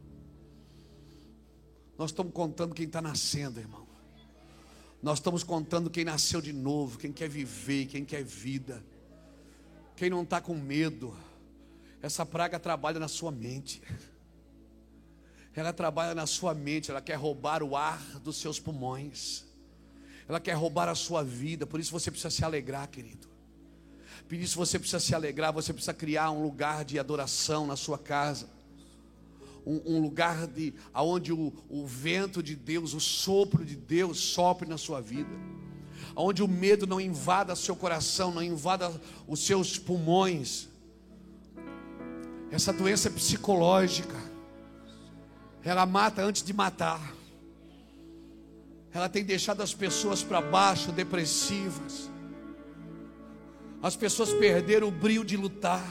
Nós estamos contando quem está nascendo, irmão. Nós estamos contando quem nasceu de novo, quem quer viver, quem quer vida, quem não está com medo. Essa praga trabalha na sua mente. Ela trabalha na sua mente, ela quer roubar o ar dos seus pulmões. Ela quer roubar a sua vida, por isso você precisa se alegrar, querido. Por isso você precisa se alegrar, você precisa criar um lugar de adoração na sua casa. Um, um lugar de, onde o, o vento de Deus, o sopro de Deus sopre na sua vida. Onde o medo não invada seu coração, não invada os seus pulmões. Essa doença é psicológica. Ela mata antes de matar. Ela tem deixado as pessoas para baixo, depressivas. As pessoas perderam o brio de lutar.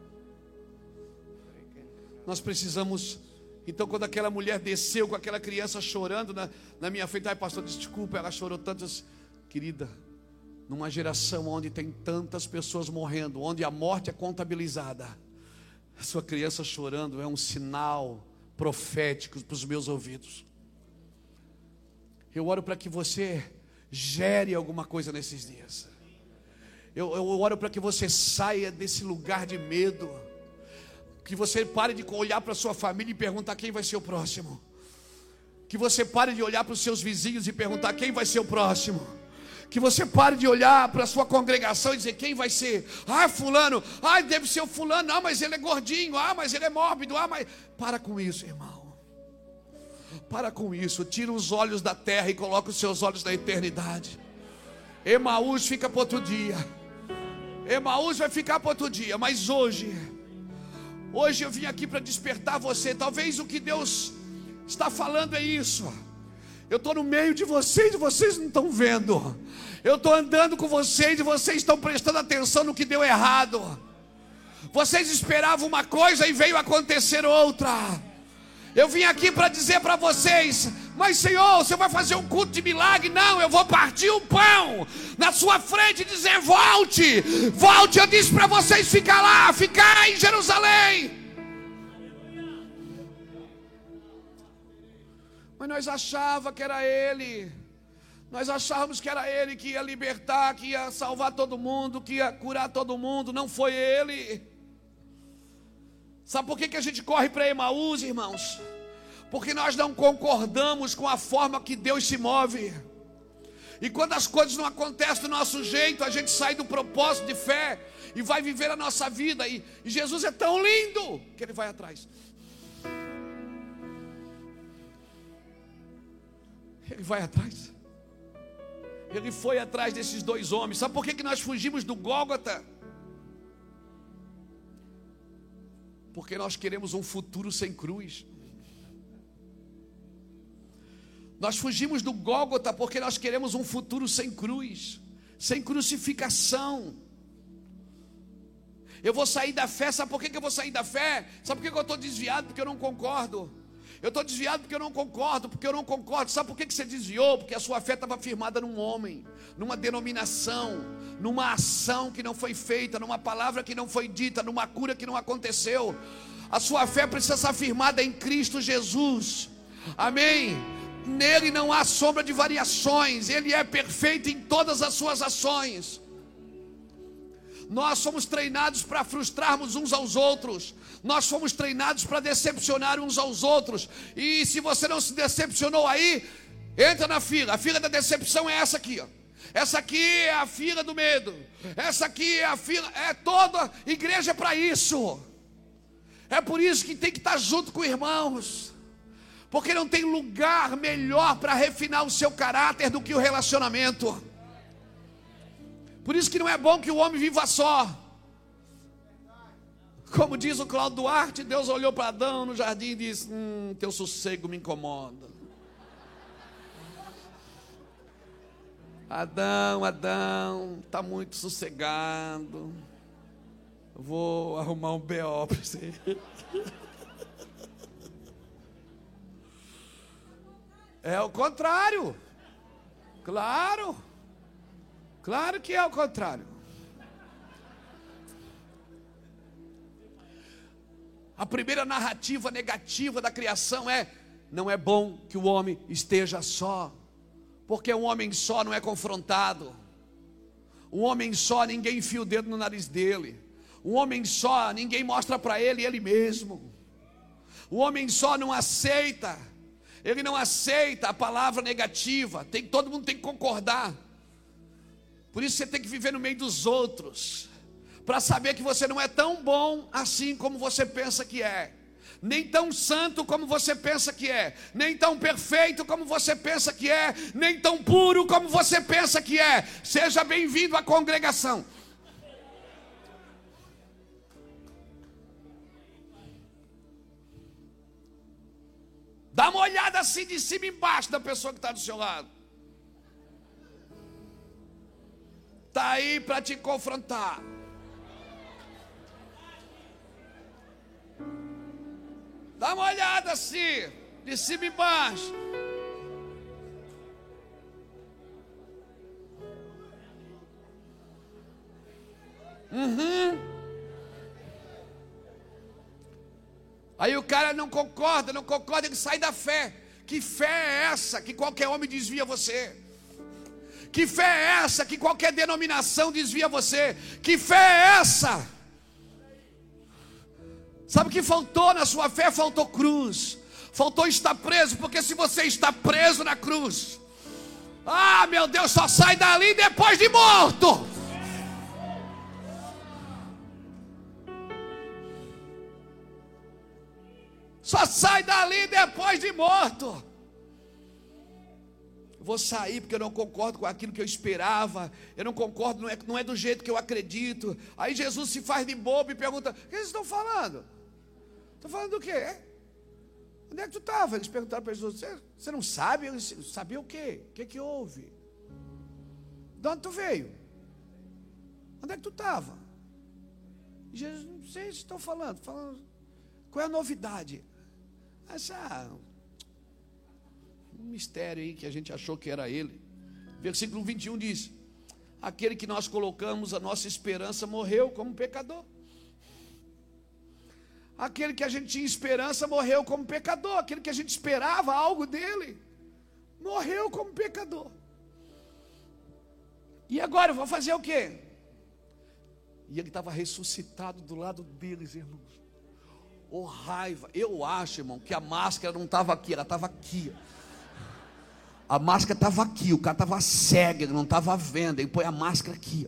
Nós precisamos. Então quando aquela mulher desceu com aquela criança chorando na, na minha frente: ai pastor, desculpa, ela chorou tantas. Querida, numa geração onde tem tantas pessoas morrendo, onde a morte é contabilizada, a sua criança chorando é um sinal profético para os meus ouvidos. Eu oro para que você gere alguma coisa nesses dias. Eu, eu oro para que você saia desse lugar de medo. Que você pare de olhar para a sua família e perguntar quem vai ser o próximo. Que você pare de olhar para os seus vizinhos e perguntar quem vai ser o próximo. Que você pare de olhar para a sua congregação e dizer quem vai ser. Ah, fulano, ah, deve ser o fulano. Ah, mas ele é gordinho. Ah, mas ele é mórbido. Ah, mas... Para com isso, irmão. Para com isso. Tira os olhos da terra e coloca os seus olhos na eternidade. Emaús fica para outro dia. Emaús vai ficar para outro dia. Mas hoje, hoje eu vim aqui para despertar você. Talvez o que Deus está falando é isso. Eu estou no meio de vocês e vocês não estão vendo. Eu estou andando com vocês e vocês estão prestando atenção no que deu errado. Vocês esperavam uma coisa e veio acontecer outra. Eu vim aqui para dizer para vocês: mas Senhor, você vai fazer um culto de milagre? Não, eu vou partir um pão na sua frente e dizer: volte, volte. Eu disse para vocês ficar lá, ficar em Jerusalém. Mas nós achava que era ele. Nós achávamos que era Ele que ia libertar, que ia salvar todo mundo, que ia curar todo mundo. Não foi Ele. Sabe por que que a gente corre para Emaús, irmãos? Porque nós não concordamos com a forma que Deus se move. E quando as coisas não acontecem do nosso jeito, a gente sai do propósito de fé e vai viver a nossa vida. E, e Jesus é tão lindo que Ele vai atrás. Ele vai atrás. Ele foi atrás desses dois homens. Sabe por que que nós fugimos do Gólgota? Porque nós queremos um futuro sem cruz. Nós fugimos do Gólgota porque nós queremos um futuro sem cruz, sem crucificação. Eu vou sair da fé, sabe por que que eu vou sair da fé? Sabe por que que eu estou desviado? Porque eu não concordo. Eu estou desviado porque eu não concordo, porque eu não concordo. Sabe por que que você desviou? Porque a sua fé estava firmada num homem, numa denominação, numa ação que não foi feita, numa palavra que não foi dita, numa cura que não aconteceu. A sua fé precisa estar firmada em Cristo Jesus. Amém? Nele não há sombra de variações. Ele é perfeito em todas as suas ações. Nós somos treinados para frustrarmos uns aos outros. Nós fomos treinados para decepcionar uns aos outros. E se você não se decepcionou aí, entra na fila. A fila da decepção é essa aqui, ó. Essa aqui é a fila do medo. Essa aqui é a fila. É toda igreja para isso. É por isso que tem que estar junto com irmãos. Porque não tem lugar melhor para refinar o seu caráter do que o relacionamento. Por isso que não é bom que o homem viva só. Como diz o Cláudio Duarte, Deus olhou para Adão no jardim e disse: Hum, teu sossego me incomoda. Adão, Adão, está muito sossegado. Vou arrumar um B O para você. É o contrário. Claro. Claro que é o contrário. A primeira narrativa negativa da criação é: não é bom que o homem esteja só. Porque um homem só não é confrontado. Um homem só, ninguém enfia o dedo no nariz dele. Um homem só, ninguém mostra para ele ele mesmo. O homem só não aceita. Ele não aceita a palavra negativa. Tem, todo mundo tem que concordar. Por isso você tem que viver no meio dos outros, para saber que você não é tão bom assim como você pensa que é, nem tão santo como você pensa que é, nem tão perfeito como você pensa que é, nem tão puro como você pensa que é. Seja bem-vindo à congregação. Dá uma olhada assim de cima e embaixo da pessoa que está do seu lado. Está aí para te confrontar. Dá uma olhada assim, de cima e embaixo. Uhum. Aí o cara não concorda, não concorda, ele sai da fé. Que fé é essa que qualquer homem desvia você? Que fé é essa que qualquer denominação desvia você? Que fé é essa? Sabe o que faltou na sua fé? Faltou cruz. Faltou estar preso, porque se você está preso na cruz, ah, meu Deus, só sai dali depois de morto. Só sai dali depois de morto. Eu vou sair porque eu não concordo com aquilo que eu esperava. Eu não concordo, não é, não é do jeito que eu acredito. Aí Jesus se faz de bobo e pergunta: o que vocês estão falando? Estão falando do quê? Onde é que tu estava? Eles perguntaram para Jesus: você, você não sabe? Eu disse: sabia o quê? O que que houve? De onde tu veio? Onde é que tu estava? Jesus: não sei o que estão falando. falando. Qual é a novidade? Essa... um mistério aí que a gente achou que era ele. Versículo vinte e um diz: aquele que nós colocamos a nossa esperança morreu como pecador. Aquele que a gente tinha esperança morreu como pecador. Aquele que a gente esperava algo dele morreu como pecador. E agora eu vou fazer o quê? E ele estava ressuscitado do lado deles, irmãos. Oh, raiva. Eu acho, irmão, que a máscara não estava aqui, ela estava aqui. A máscara estava aqui, o cara estava cego, ele não estava vendo. Ele põe a máscara aqui.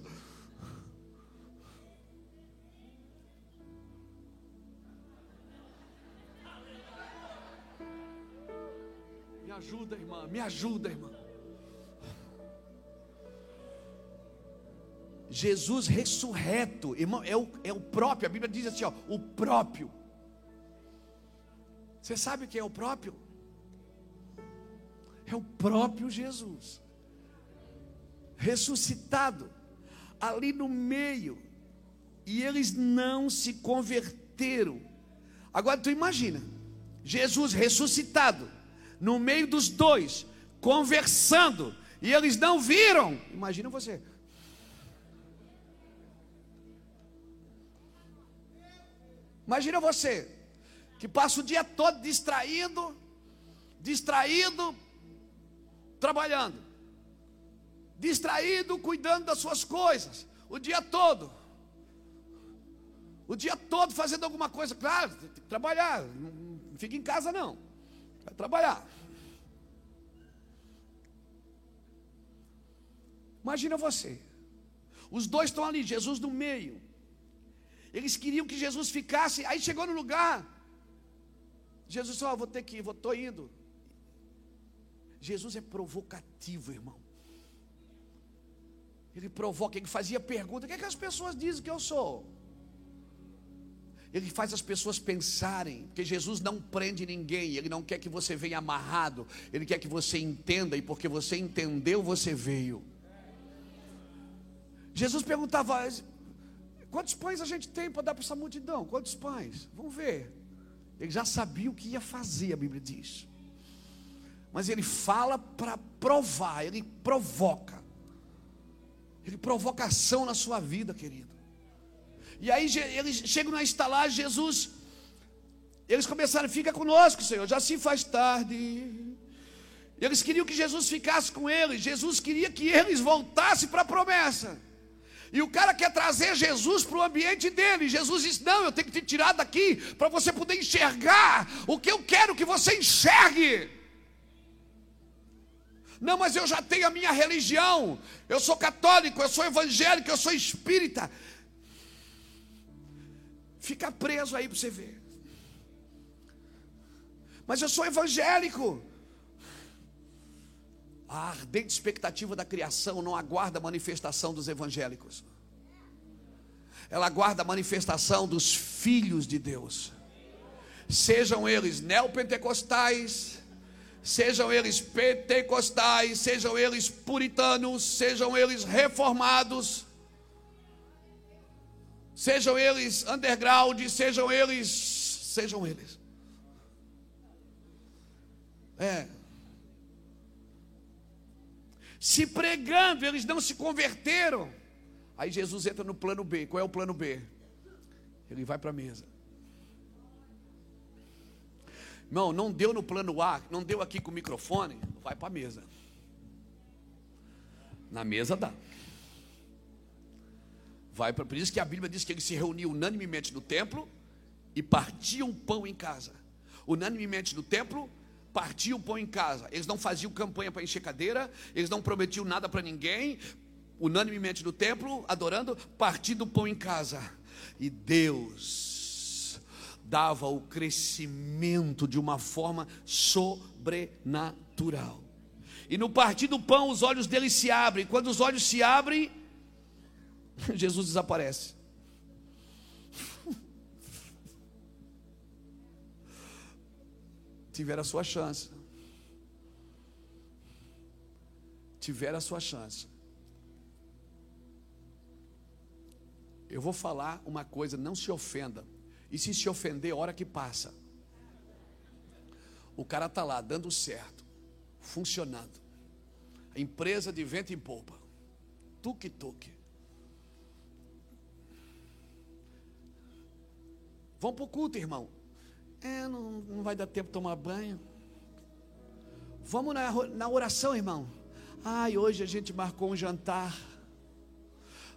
Me ajuda, irmã, me ajuda, irmã. Jesus ressurreto, irmão, é o, é o próprio. A Bíblia diz assim, ó, o próprio. Você sabe quem é o próprio? É o próprio Jesus, ressuscitado, ali no meio, e eles não se converteram. Agora tu imagina, Jesus ressuscitado, no meio dos dois, conversando, e eles não viram. Imagina você. Imagina você, que passa o dia todo distraído, distraído, trabalhando, distraído, cuidando das suas coisas, o dia todo, o dia todo fazendo alguma coisa. Claro, tem que trabalhar, não fica em casa não, vai trabalhar. Imagina você, os dois estão ali, Jesus no meio. Eles queriam que Jesus ficasse. Aí chegou no lugar, Jesus disse, ó, oh, vou ter que ir, vou, estou indo. Jesus é provocativo, irmão. Ele provoca, ele fazia pergunta: o que é que as pessoas dizem que eu sou? Ele faz as pessoas pensarem, porque Jesus não prende ninguém, Ele não quer que você venha amarrado, Ele quer que você entenda, e porque você entendeu, você veio. Jesus perguntava: quantos pães a gente tem para dar para essa multidão? Quantos pães? Vamos ver. Ele já sabia o que ia fazer, a Bíblia diz. Mas ele fala para provar, ele provoca. Ele provoca ação na sua vida, querido. E aí eles chegam na estalagem, Jesus, eles começaram: fica conosco, Senhor, já se faz tarde. Eles queriam que Jesus ficasse com eles. Jesus queria que eles voltassem para a promessa. E o cara quer trazer Jesus para o ambiente dele. Jesus diz: não, eu tenho que te tirar daqui para você poder enxergar o que eu quero que você enxergue. Não, mas eu já tenho a minha religião, eu sou católico, eu sou evangélico, eu sou espírita. Fica preso aí para você ver. Mas eu sou evangélico. A ardente expectativa da criação não aguarda a manifestação dos evangélicos. Ela aguarda a manifestação dos filhos de Deus. Sejam eles neopentecostais, sejam eles pentecostais, sejam eles puritanos, sejam eles reformados, sejam eles underground, sejam eles, sejam eles. É. Se pregando, eles não se converteram. Aí Jesus entra no plano B. Qual é o plano B? Ele vai para a mesa. Não, não deu no plano A, não deu aqui com o microfone, vai para a mesa. Na mesa dá. Vai pra, por isso que a Bíblia diz que eles se reuniam unanimemente no templo e partiam pão em casa. Unanimemente no templo, partiam pão em casa. Eles não faziam campanha para encher cadeira, eles não prometiam nada para ninguém. Unanimemente no templo, adorando, partindo o pão em casa. E Deus dava o crescimento de uma forma sobrenatural. E no partir do pão, os olhos deles se abrem. Quando os olhos se abrem, Jesus desaparece. Tiveram a sua chance. Tiveram a sua chance. Eu vou falar uma coisa, não se ofenda. E se se ofender, a hora que passa. O cara está lá, dando certo, funcionando. A empresa de vento em polpa. Tuk-tuk. Vamos para o culto, irmão. É, não, não vai dar tempo de tomar banho. Vamos na, na oração, irmão. Ai, hoje a gente marcou um jantar.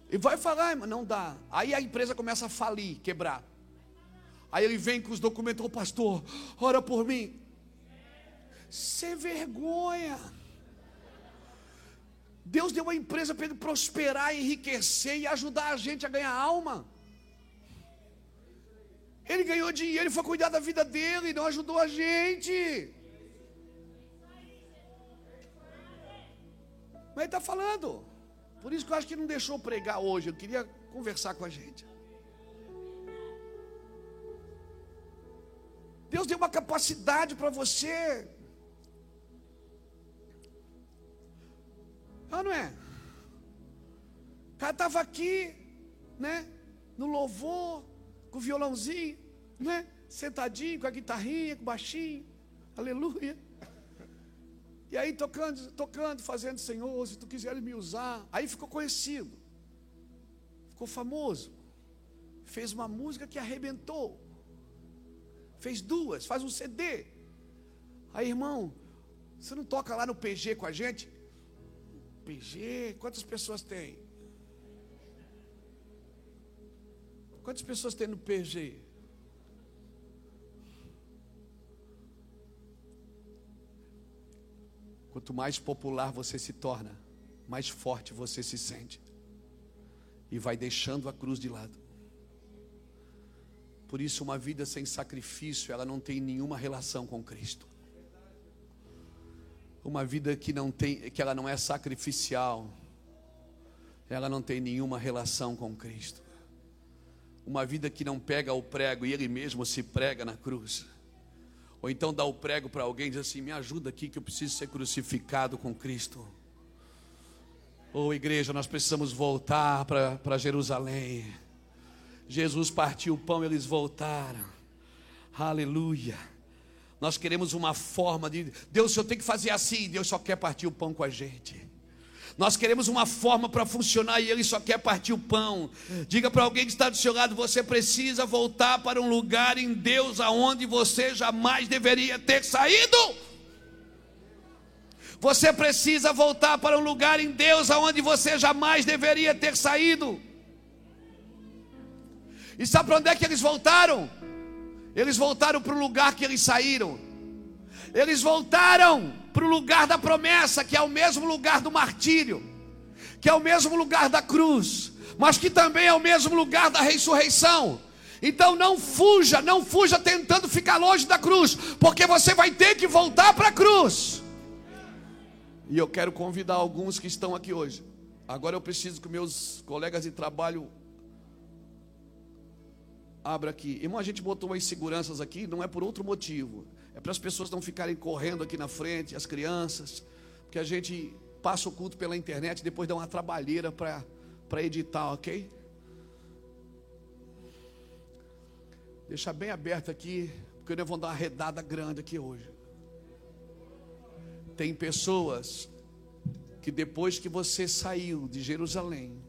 E vai falar, mas não dá. Aí a empresa começa a falir, quebrar. Aí ele vem com os documentos, ô pastor, ora por mim. Sem vergonha. Deus deu uma empresa para ele prosperar, enriquecer e ajudar a gente a ganhar alma. Ele ganhou dinheiro e foi cuidar da vida dele, não ajudou a gente. Mas ele está falando. Por isso que eu acho que ele não deixou pregar hoje. Eu queria conversar com a gente. Deus deu uma capacidade para você. Ah, não é? O cara estava aqui, né? No louvor, com o violãozinho, né? Sentadinho, com a guitarrinha, com o baixinho. Aleluia. E aí tocando, tocando, fazendo, Senhor, se tu quiseres me usar. Aí ficou conhecido. Ficou famoso. Fez uma música que arrebentou. Fez duas, faz um C D. Aí, irmão, você não toca lá no P G com a gente? P G, quantas pessoas tem? Quantas pessoas tem no P G? Quanto mais popular você se torna, mais forte você se sente. E vai deixando a cruz de lado. Por isso, uma vida sem sacrifício, ela não tem nenhuma relação com Cristo. Uma vida que não tem, que ela não é sacrificial, ela não tem nenhuma relação com Cristo. Uma vida que não pega o prego e ele mesmo se prega na cruz. Ou então dá o prego para alguém e diz assim, me ajuda aqui que eu preciso ser crucificado com Cristo. Ou igreja, nós precisamos voltar para Jerusalém. Jesus partiu o pão, eles voltaram. Aleluia. Nós queremos uma forma de... Deus, eu tenho que fazer assim. Deus só quer partir o pão com a gente. Nós queremos uma forma para funcionar e Ele só quer partir o pão. Diga para alguém que está do seu lado, você precisa voltar para um lugar em Deus aonde você jamais deveria ter saído. Você precisa voltar para um lugar em Deus aonde você jamais deveria ter saído. E sabe para onde é que eles voltaram? Eles voltaram para o lugar que eles saíram. Eles voltaram para o lugar da promessa, que é o mesmo lugar do martírio, que é o mesmo lugar da cruz, mas que também é o mesmo lugar da ressurreição. Então não fuja, não fuja tentando ficar longe da cruz, porque você vai ter que voltar para a cruz. E eu quero convidar alguns que estão aqui hoje. Agora eu preciso que meus colegas de trabalho abra aqui. Irmão, a gente botou umas seguranças aqui, não é por outro motivo. É para as pessoas não ficarem correndo aqui na frente, as crianças. Porque a gente passa o culto pela internet e depois dá uma trabalheira para para editar, ok? Deixa bem aberto aqui, porque nós vamos dar uma redada grande aqui hoje. Tem pessoas que depois que você saiu de Jerusalém,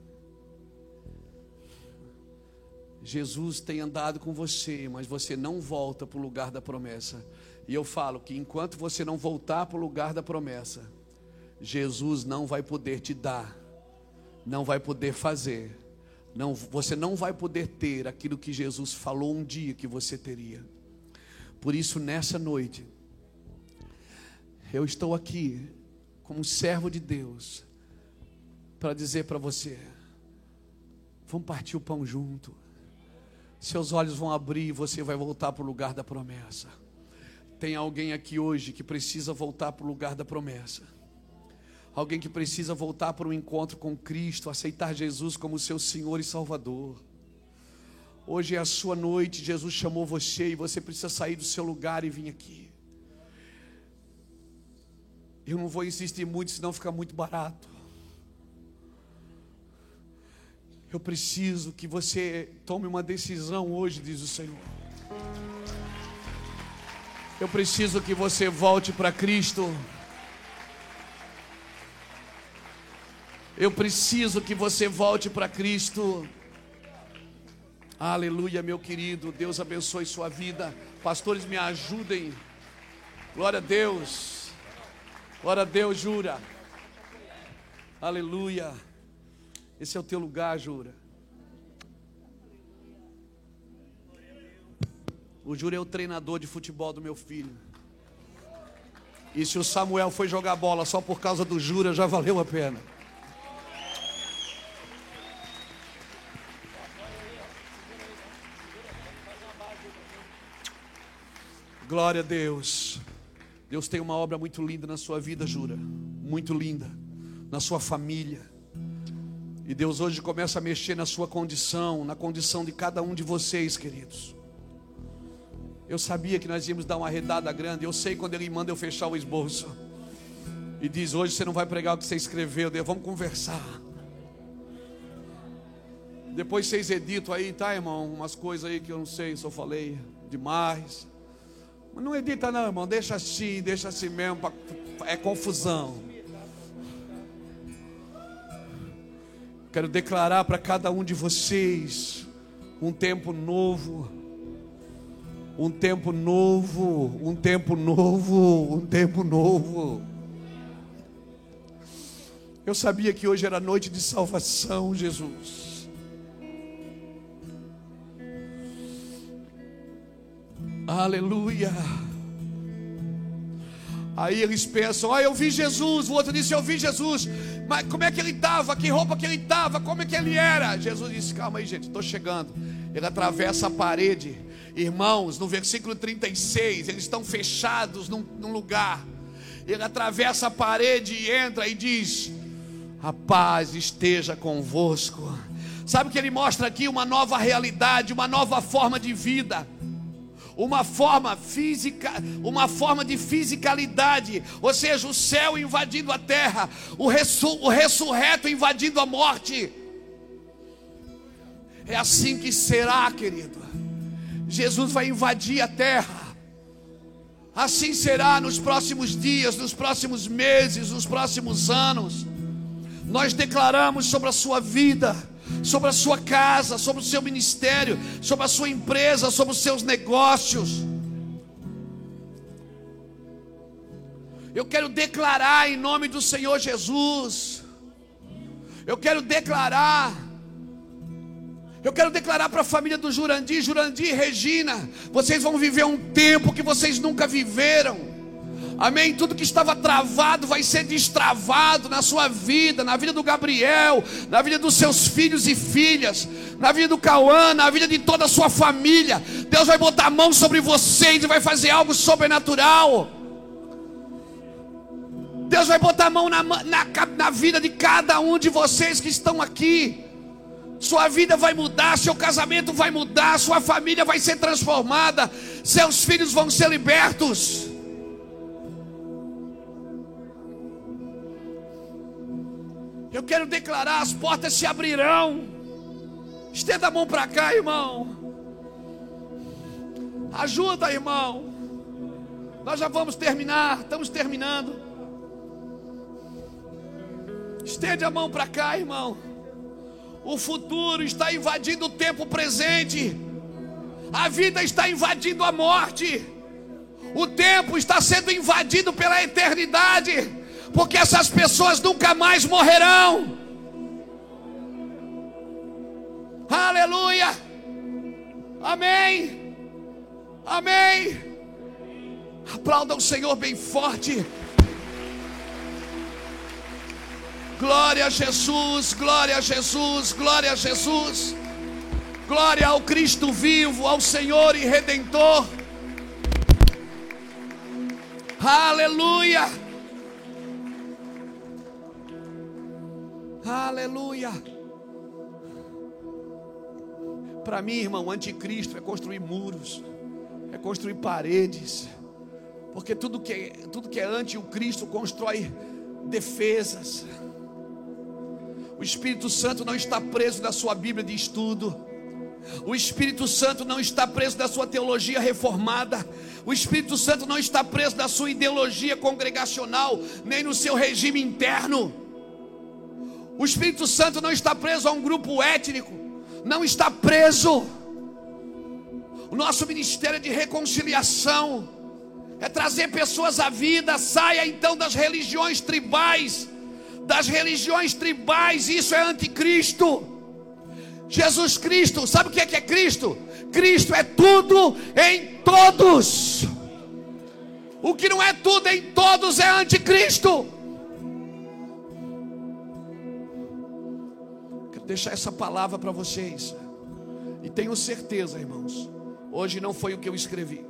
Jesus tem andado com você, mas você não volta para o lugar da promessa. E eu falo que enquanto você não voltar para o lugar da promessa, Jesus não vai poder te dar, não vai poder fazer, não, você não vai poder ter aquilo que Jesus falou um dia que você teria. Por isso, nessa noite, eu estou aqui como servo de Deus para dizer para você, vamos partir o pão junto. Seus olhos vão abrir e você vai voltar para o lugar da promessa. Tem alguém aqui hoje que precisa voltar para o lugar da promessa. Alguém que precisa voltar para um encontro com Cristo, aceitar Jesus como seu Senhor e Salvador. Hoje é a sua noite, Jesus chamou você e você precisa sair do seu lugar e vir aqui. Eu não vou insistir muito, senão fica muito barato. Eu preciso que você tome uma decisão hoje, diz o Senhor. Eu preciso que você volte para Cristo. Eu preciso que você volte para Cristo. Aleluia, meu querido. Deus abençoe sua vida. Pastores, me ajudem. Glória a Deus. Glória a Deus, jura. Aleluia. Esse é o teu lugar, Jura. O Jura é o treinador de futebol do meu filho. E se o Samuel foi jogar bola só por causa do Jura, já valeu a pena. Glória a Deus. Deus tem uma obra muito linda na sua vida, Jura. Muito linda. Na sua família. E Deus hoje começa a mexer na sua condição, na condição de cada um de vocês, queridos. Eu sabia que nós íamos dar uma arredada grande. Eu sei quando Ele manda eu fechar o esboço e diz: hoje você não vai pregar o que você escreveu, vamos conversar. Depois vocês editam aí, tá, irmão? Umas coisas aí que eu não sei se eu falei demais. Mas não edita não, irmão, deixa assim, deixa assim mesmo, pra... é confusão. Quero declarar para cada um de vocês um tempo novo. Um tempo novo, um tempo novo, um tempo novo. Eu sabia que hoje era noite de salvação, Jesus. Aleluia. Aí eles pensam: ah, eu vi Jesus. O outro disse: eu vi Jesus. Mas como é que ele estava? Que roupa que ele estava? Como é que ele era? Jesus disse: calma aí, gente, estou chegando. Ele atravessa a parede. Irmãos, no versículo trinta e seis, eles estão fechados num, num lugar. Ele atravessa a parede e entra e diz: a paz esteja convosco. Sabe que ele mostra aqui uma nova realidade, uma nova forma de vida, uma forma física, uma forma de fisicalidade, ou seja, o céu invadindo a terra, o, ressu, o ressurreto invadindo a morte. É assim que será, querido. Jesus vai invadir a terra. Assim será nos próximos dias, nos próximos meses, nos próximos anos. Nós declaramos sobre a sua vida, sobre a sua casa, sobre o seu ministério, sobre a sua empresa, sobre os seus negócios. Eu quero declarar em nome do Senhor Jesus. Eu quero declarar Eu quero declarar para a família do Jurandir, Jurandir e Regina, vocês vão viver um tempo que vocês nunca viveram. Amém? Tudo que estava travado vai ser destravado na sua vida, na vida do Gabriel, na vida dos seus filhos e filhas, na vida do Cauã, na vida de toda a sua família. Deus vai botar a mão sobre vocês e vai fazer algo sobrenatural. Deus vai botar a mão na, na, na vida de cada um de vocês que estão aqui. Sua vida vai mudar, seu casamento vai mudar, sua família vai ser transformada, seus filhos vão ser libertos. Eu quero declarar: as portas se abrirão. Estenda a mão para cá, irmão. Ajuda, irmão. Nós já vamos terminar, estamos terminando. Estende a mão para cá, irmão. O futuro está invadindo o tempo presente. A vida está invadindo a morte. O tempo está sendo invadido pela eternidade, porque essas pessoas nunca mais morrerão. Aleluia. Amém. Amém. Aplauda o Senhor bem forte. Glória a Jesus, glória a Jesus, glória a Jesus. Glória ao Cristo vivo, ao Senhor e Redentor. Aleluia. Aleluia. Para mim, irmão, o anticristo é construir muros, é construir paredes, porque tudo que é, tudo que é anti o Cristo constrói defesas. O Espírito Santo não está preso na sua Bíblia de estudo. O Espírito Santo não está preso na sua teologia reformada. O Espírito Santo não está preso na sua ideologia congregacional, nem no seu regime interno. O Espírito Santo não está preso a um grupo étnico. Não está preso. O nosso ministério é de reconciliação, é trazer pessoas à vida. Saia então das religiões tribais. das religiões tribais. Isso é anticristo. Jesus Cristo, sabe o que é que é Cristo? Cristo é tudo em todos. O que não é tudo em todos é anticristo. Quero deixar essa palavra para vocês. E tenho certeza, irmãos, hoje não foi o que eu escrevi.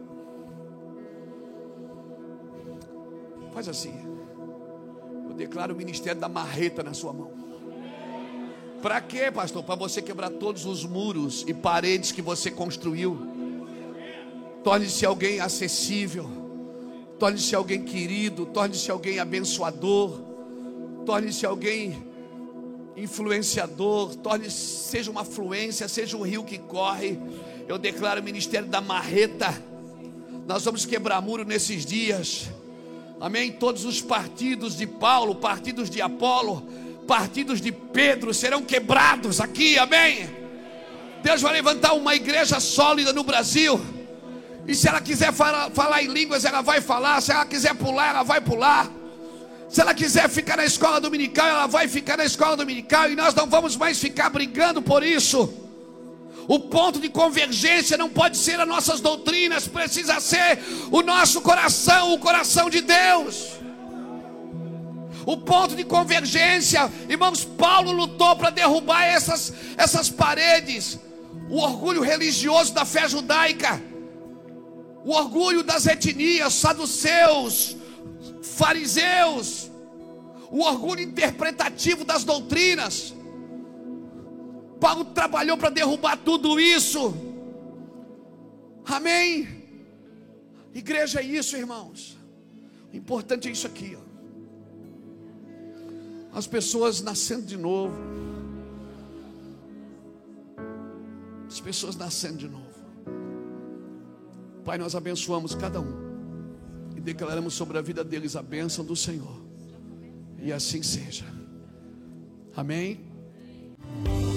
Faz assim. Eu declaro o ministério da marreta na sua mão. Para quê, pastor? Para você quebrar todos os muros e paredes que você construiu. Torne-se alguém acessível. Torne-se alguém querido. Torne-se alguém abençoador. Torne-se alguém influenciador. Torne-se, seja uma fluência, seja um rio que corre. Eu declaro o ministério da marreta. Nós vamos quebrar muro nesses dias. Amém? Todos os partidos de Paulo, partidos de Apolo, partidos de Pedro serão quebrados aqui, amém? Deus vai levantar uma igreja sólida no Brasil. E se ela quiser falar, falar em línguas, ela vai falar. Se ela quiser pular, ela vai pular. Se ela quiser ficar na escola dominical, ela vai ficar na escola dominical. E nós não vamos mais ficar brigando por isso. O ponto de convergência não pode ser as nossas doutrinas, precisa ser o nosso coração, o coração de Deus. O ponto de convergência, irmãos, Paulo lutou para derrubar essas, essas paredes. O orgulho religioso da fé judaica, o orgulho das etnias, saduceus, fariseus, o orgulho interpretativo das doutrinas. Paulo trabalhou para derrubar tudo isso. Amém? Igreja é isso, irmãos. O importante é isso aqui, ó. As pessoas nascendo de novo. As pessoas nascendo de novo. Pai, nós abençoamos cada um e declaramos sobre a vida deles a bênção do Senhor. E assim seja. Amém.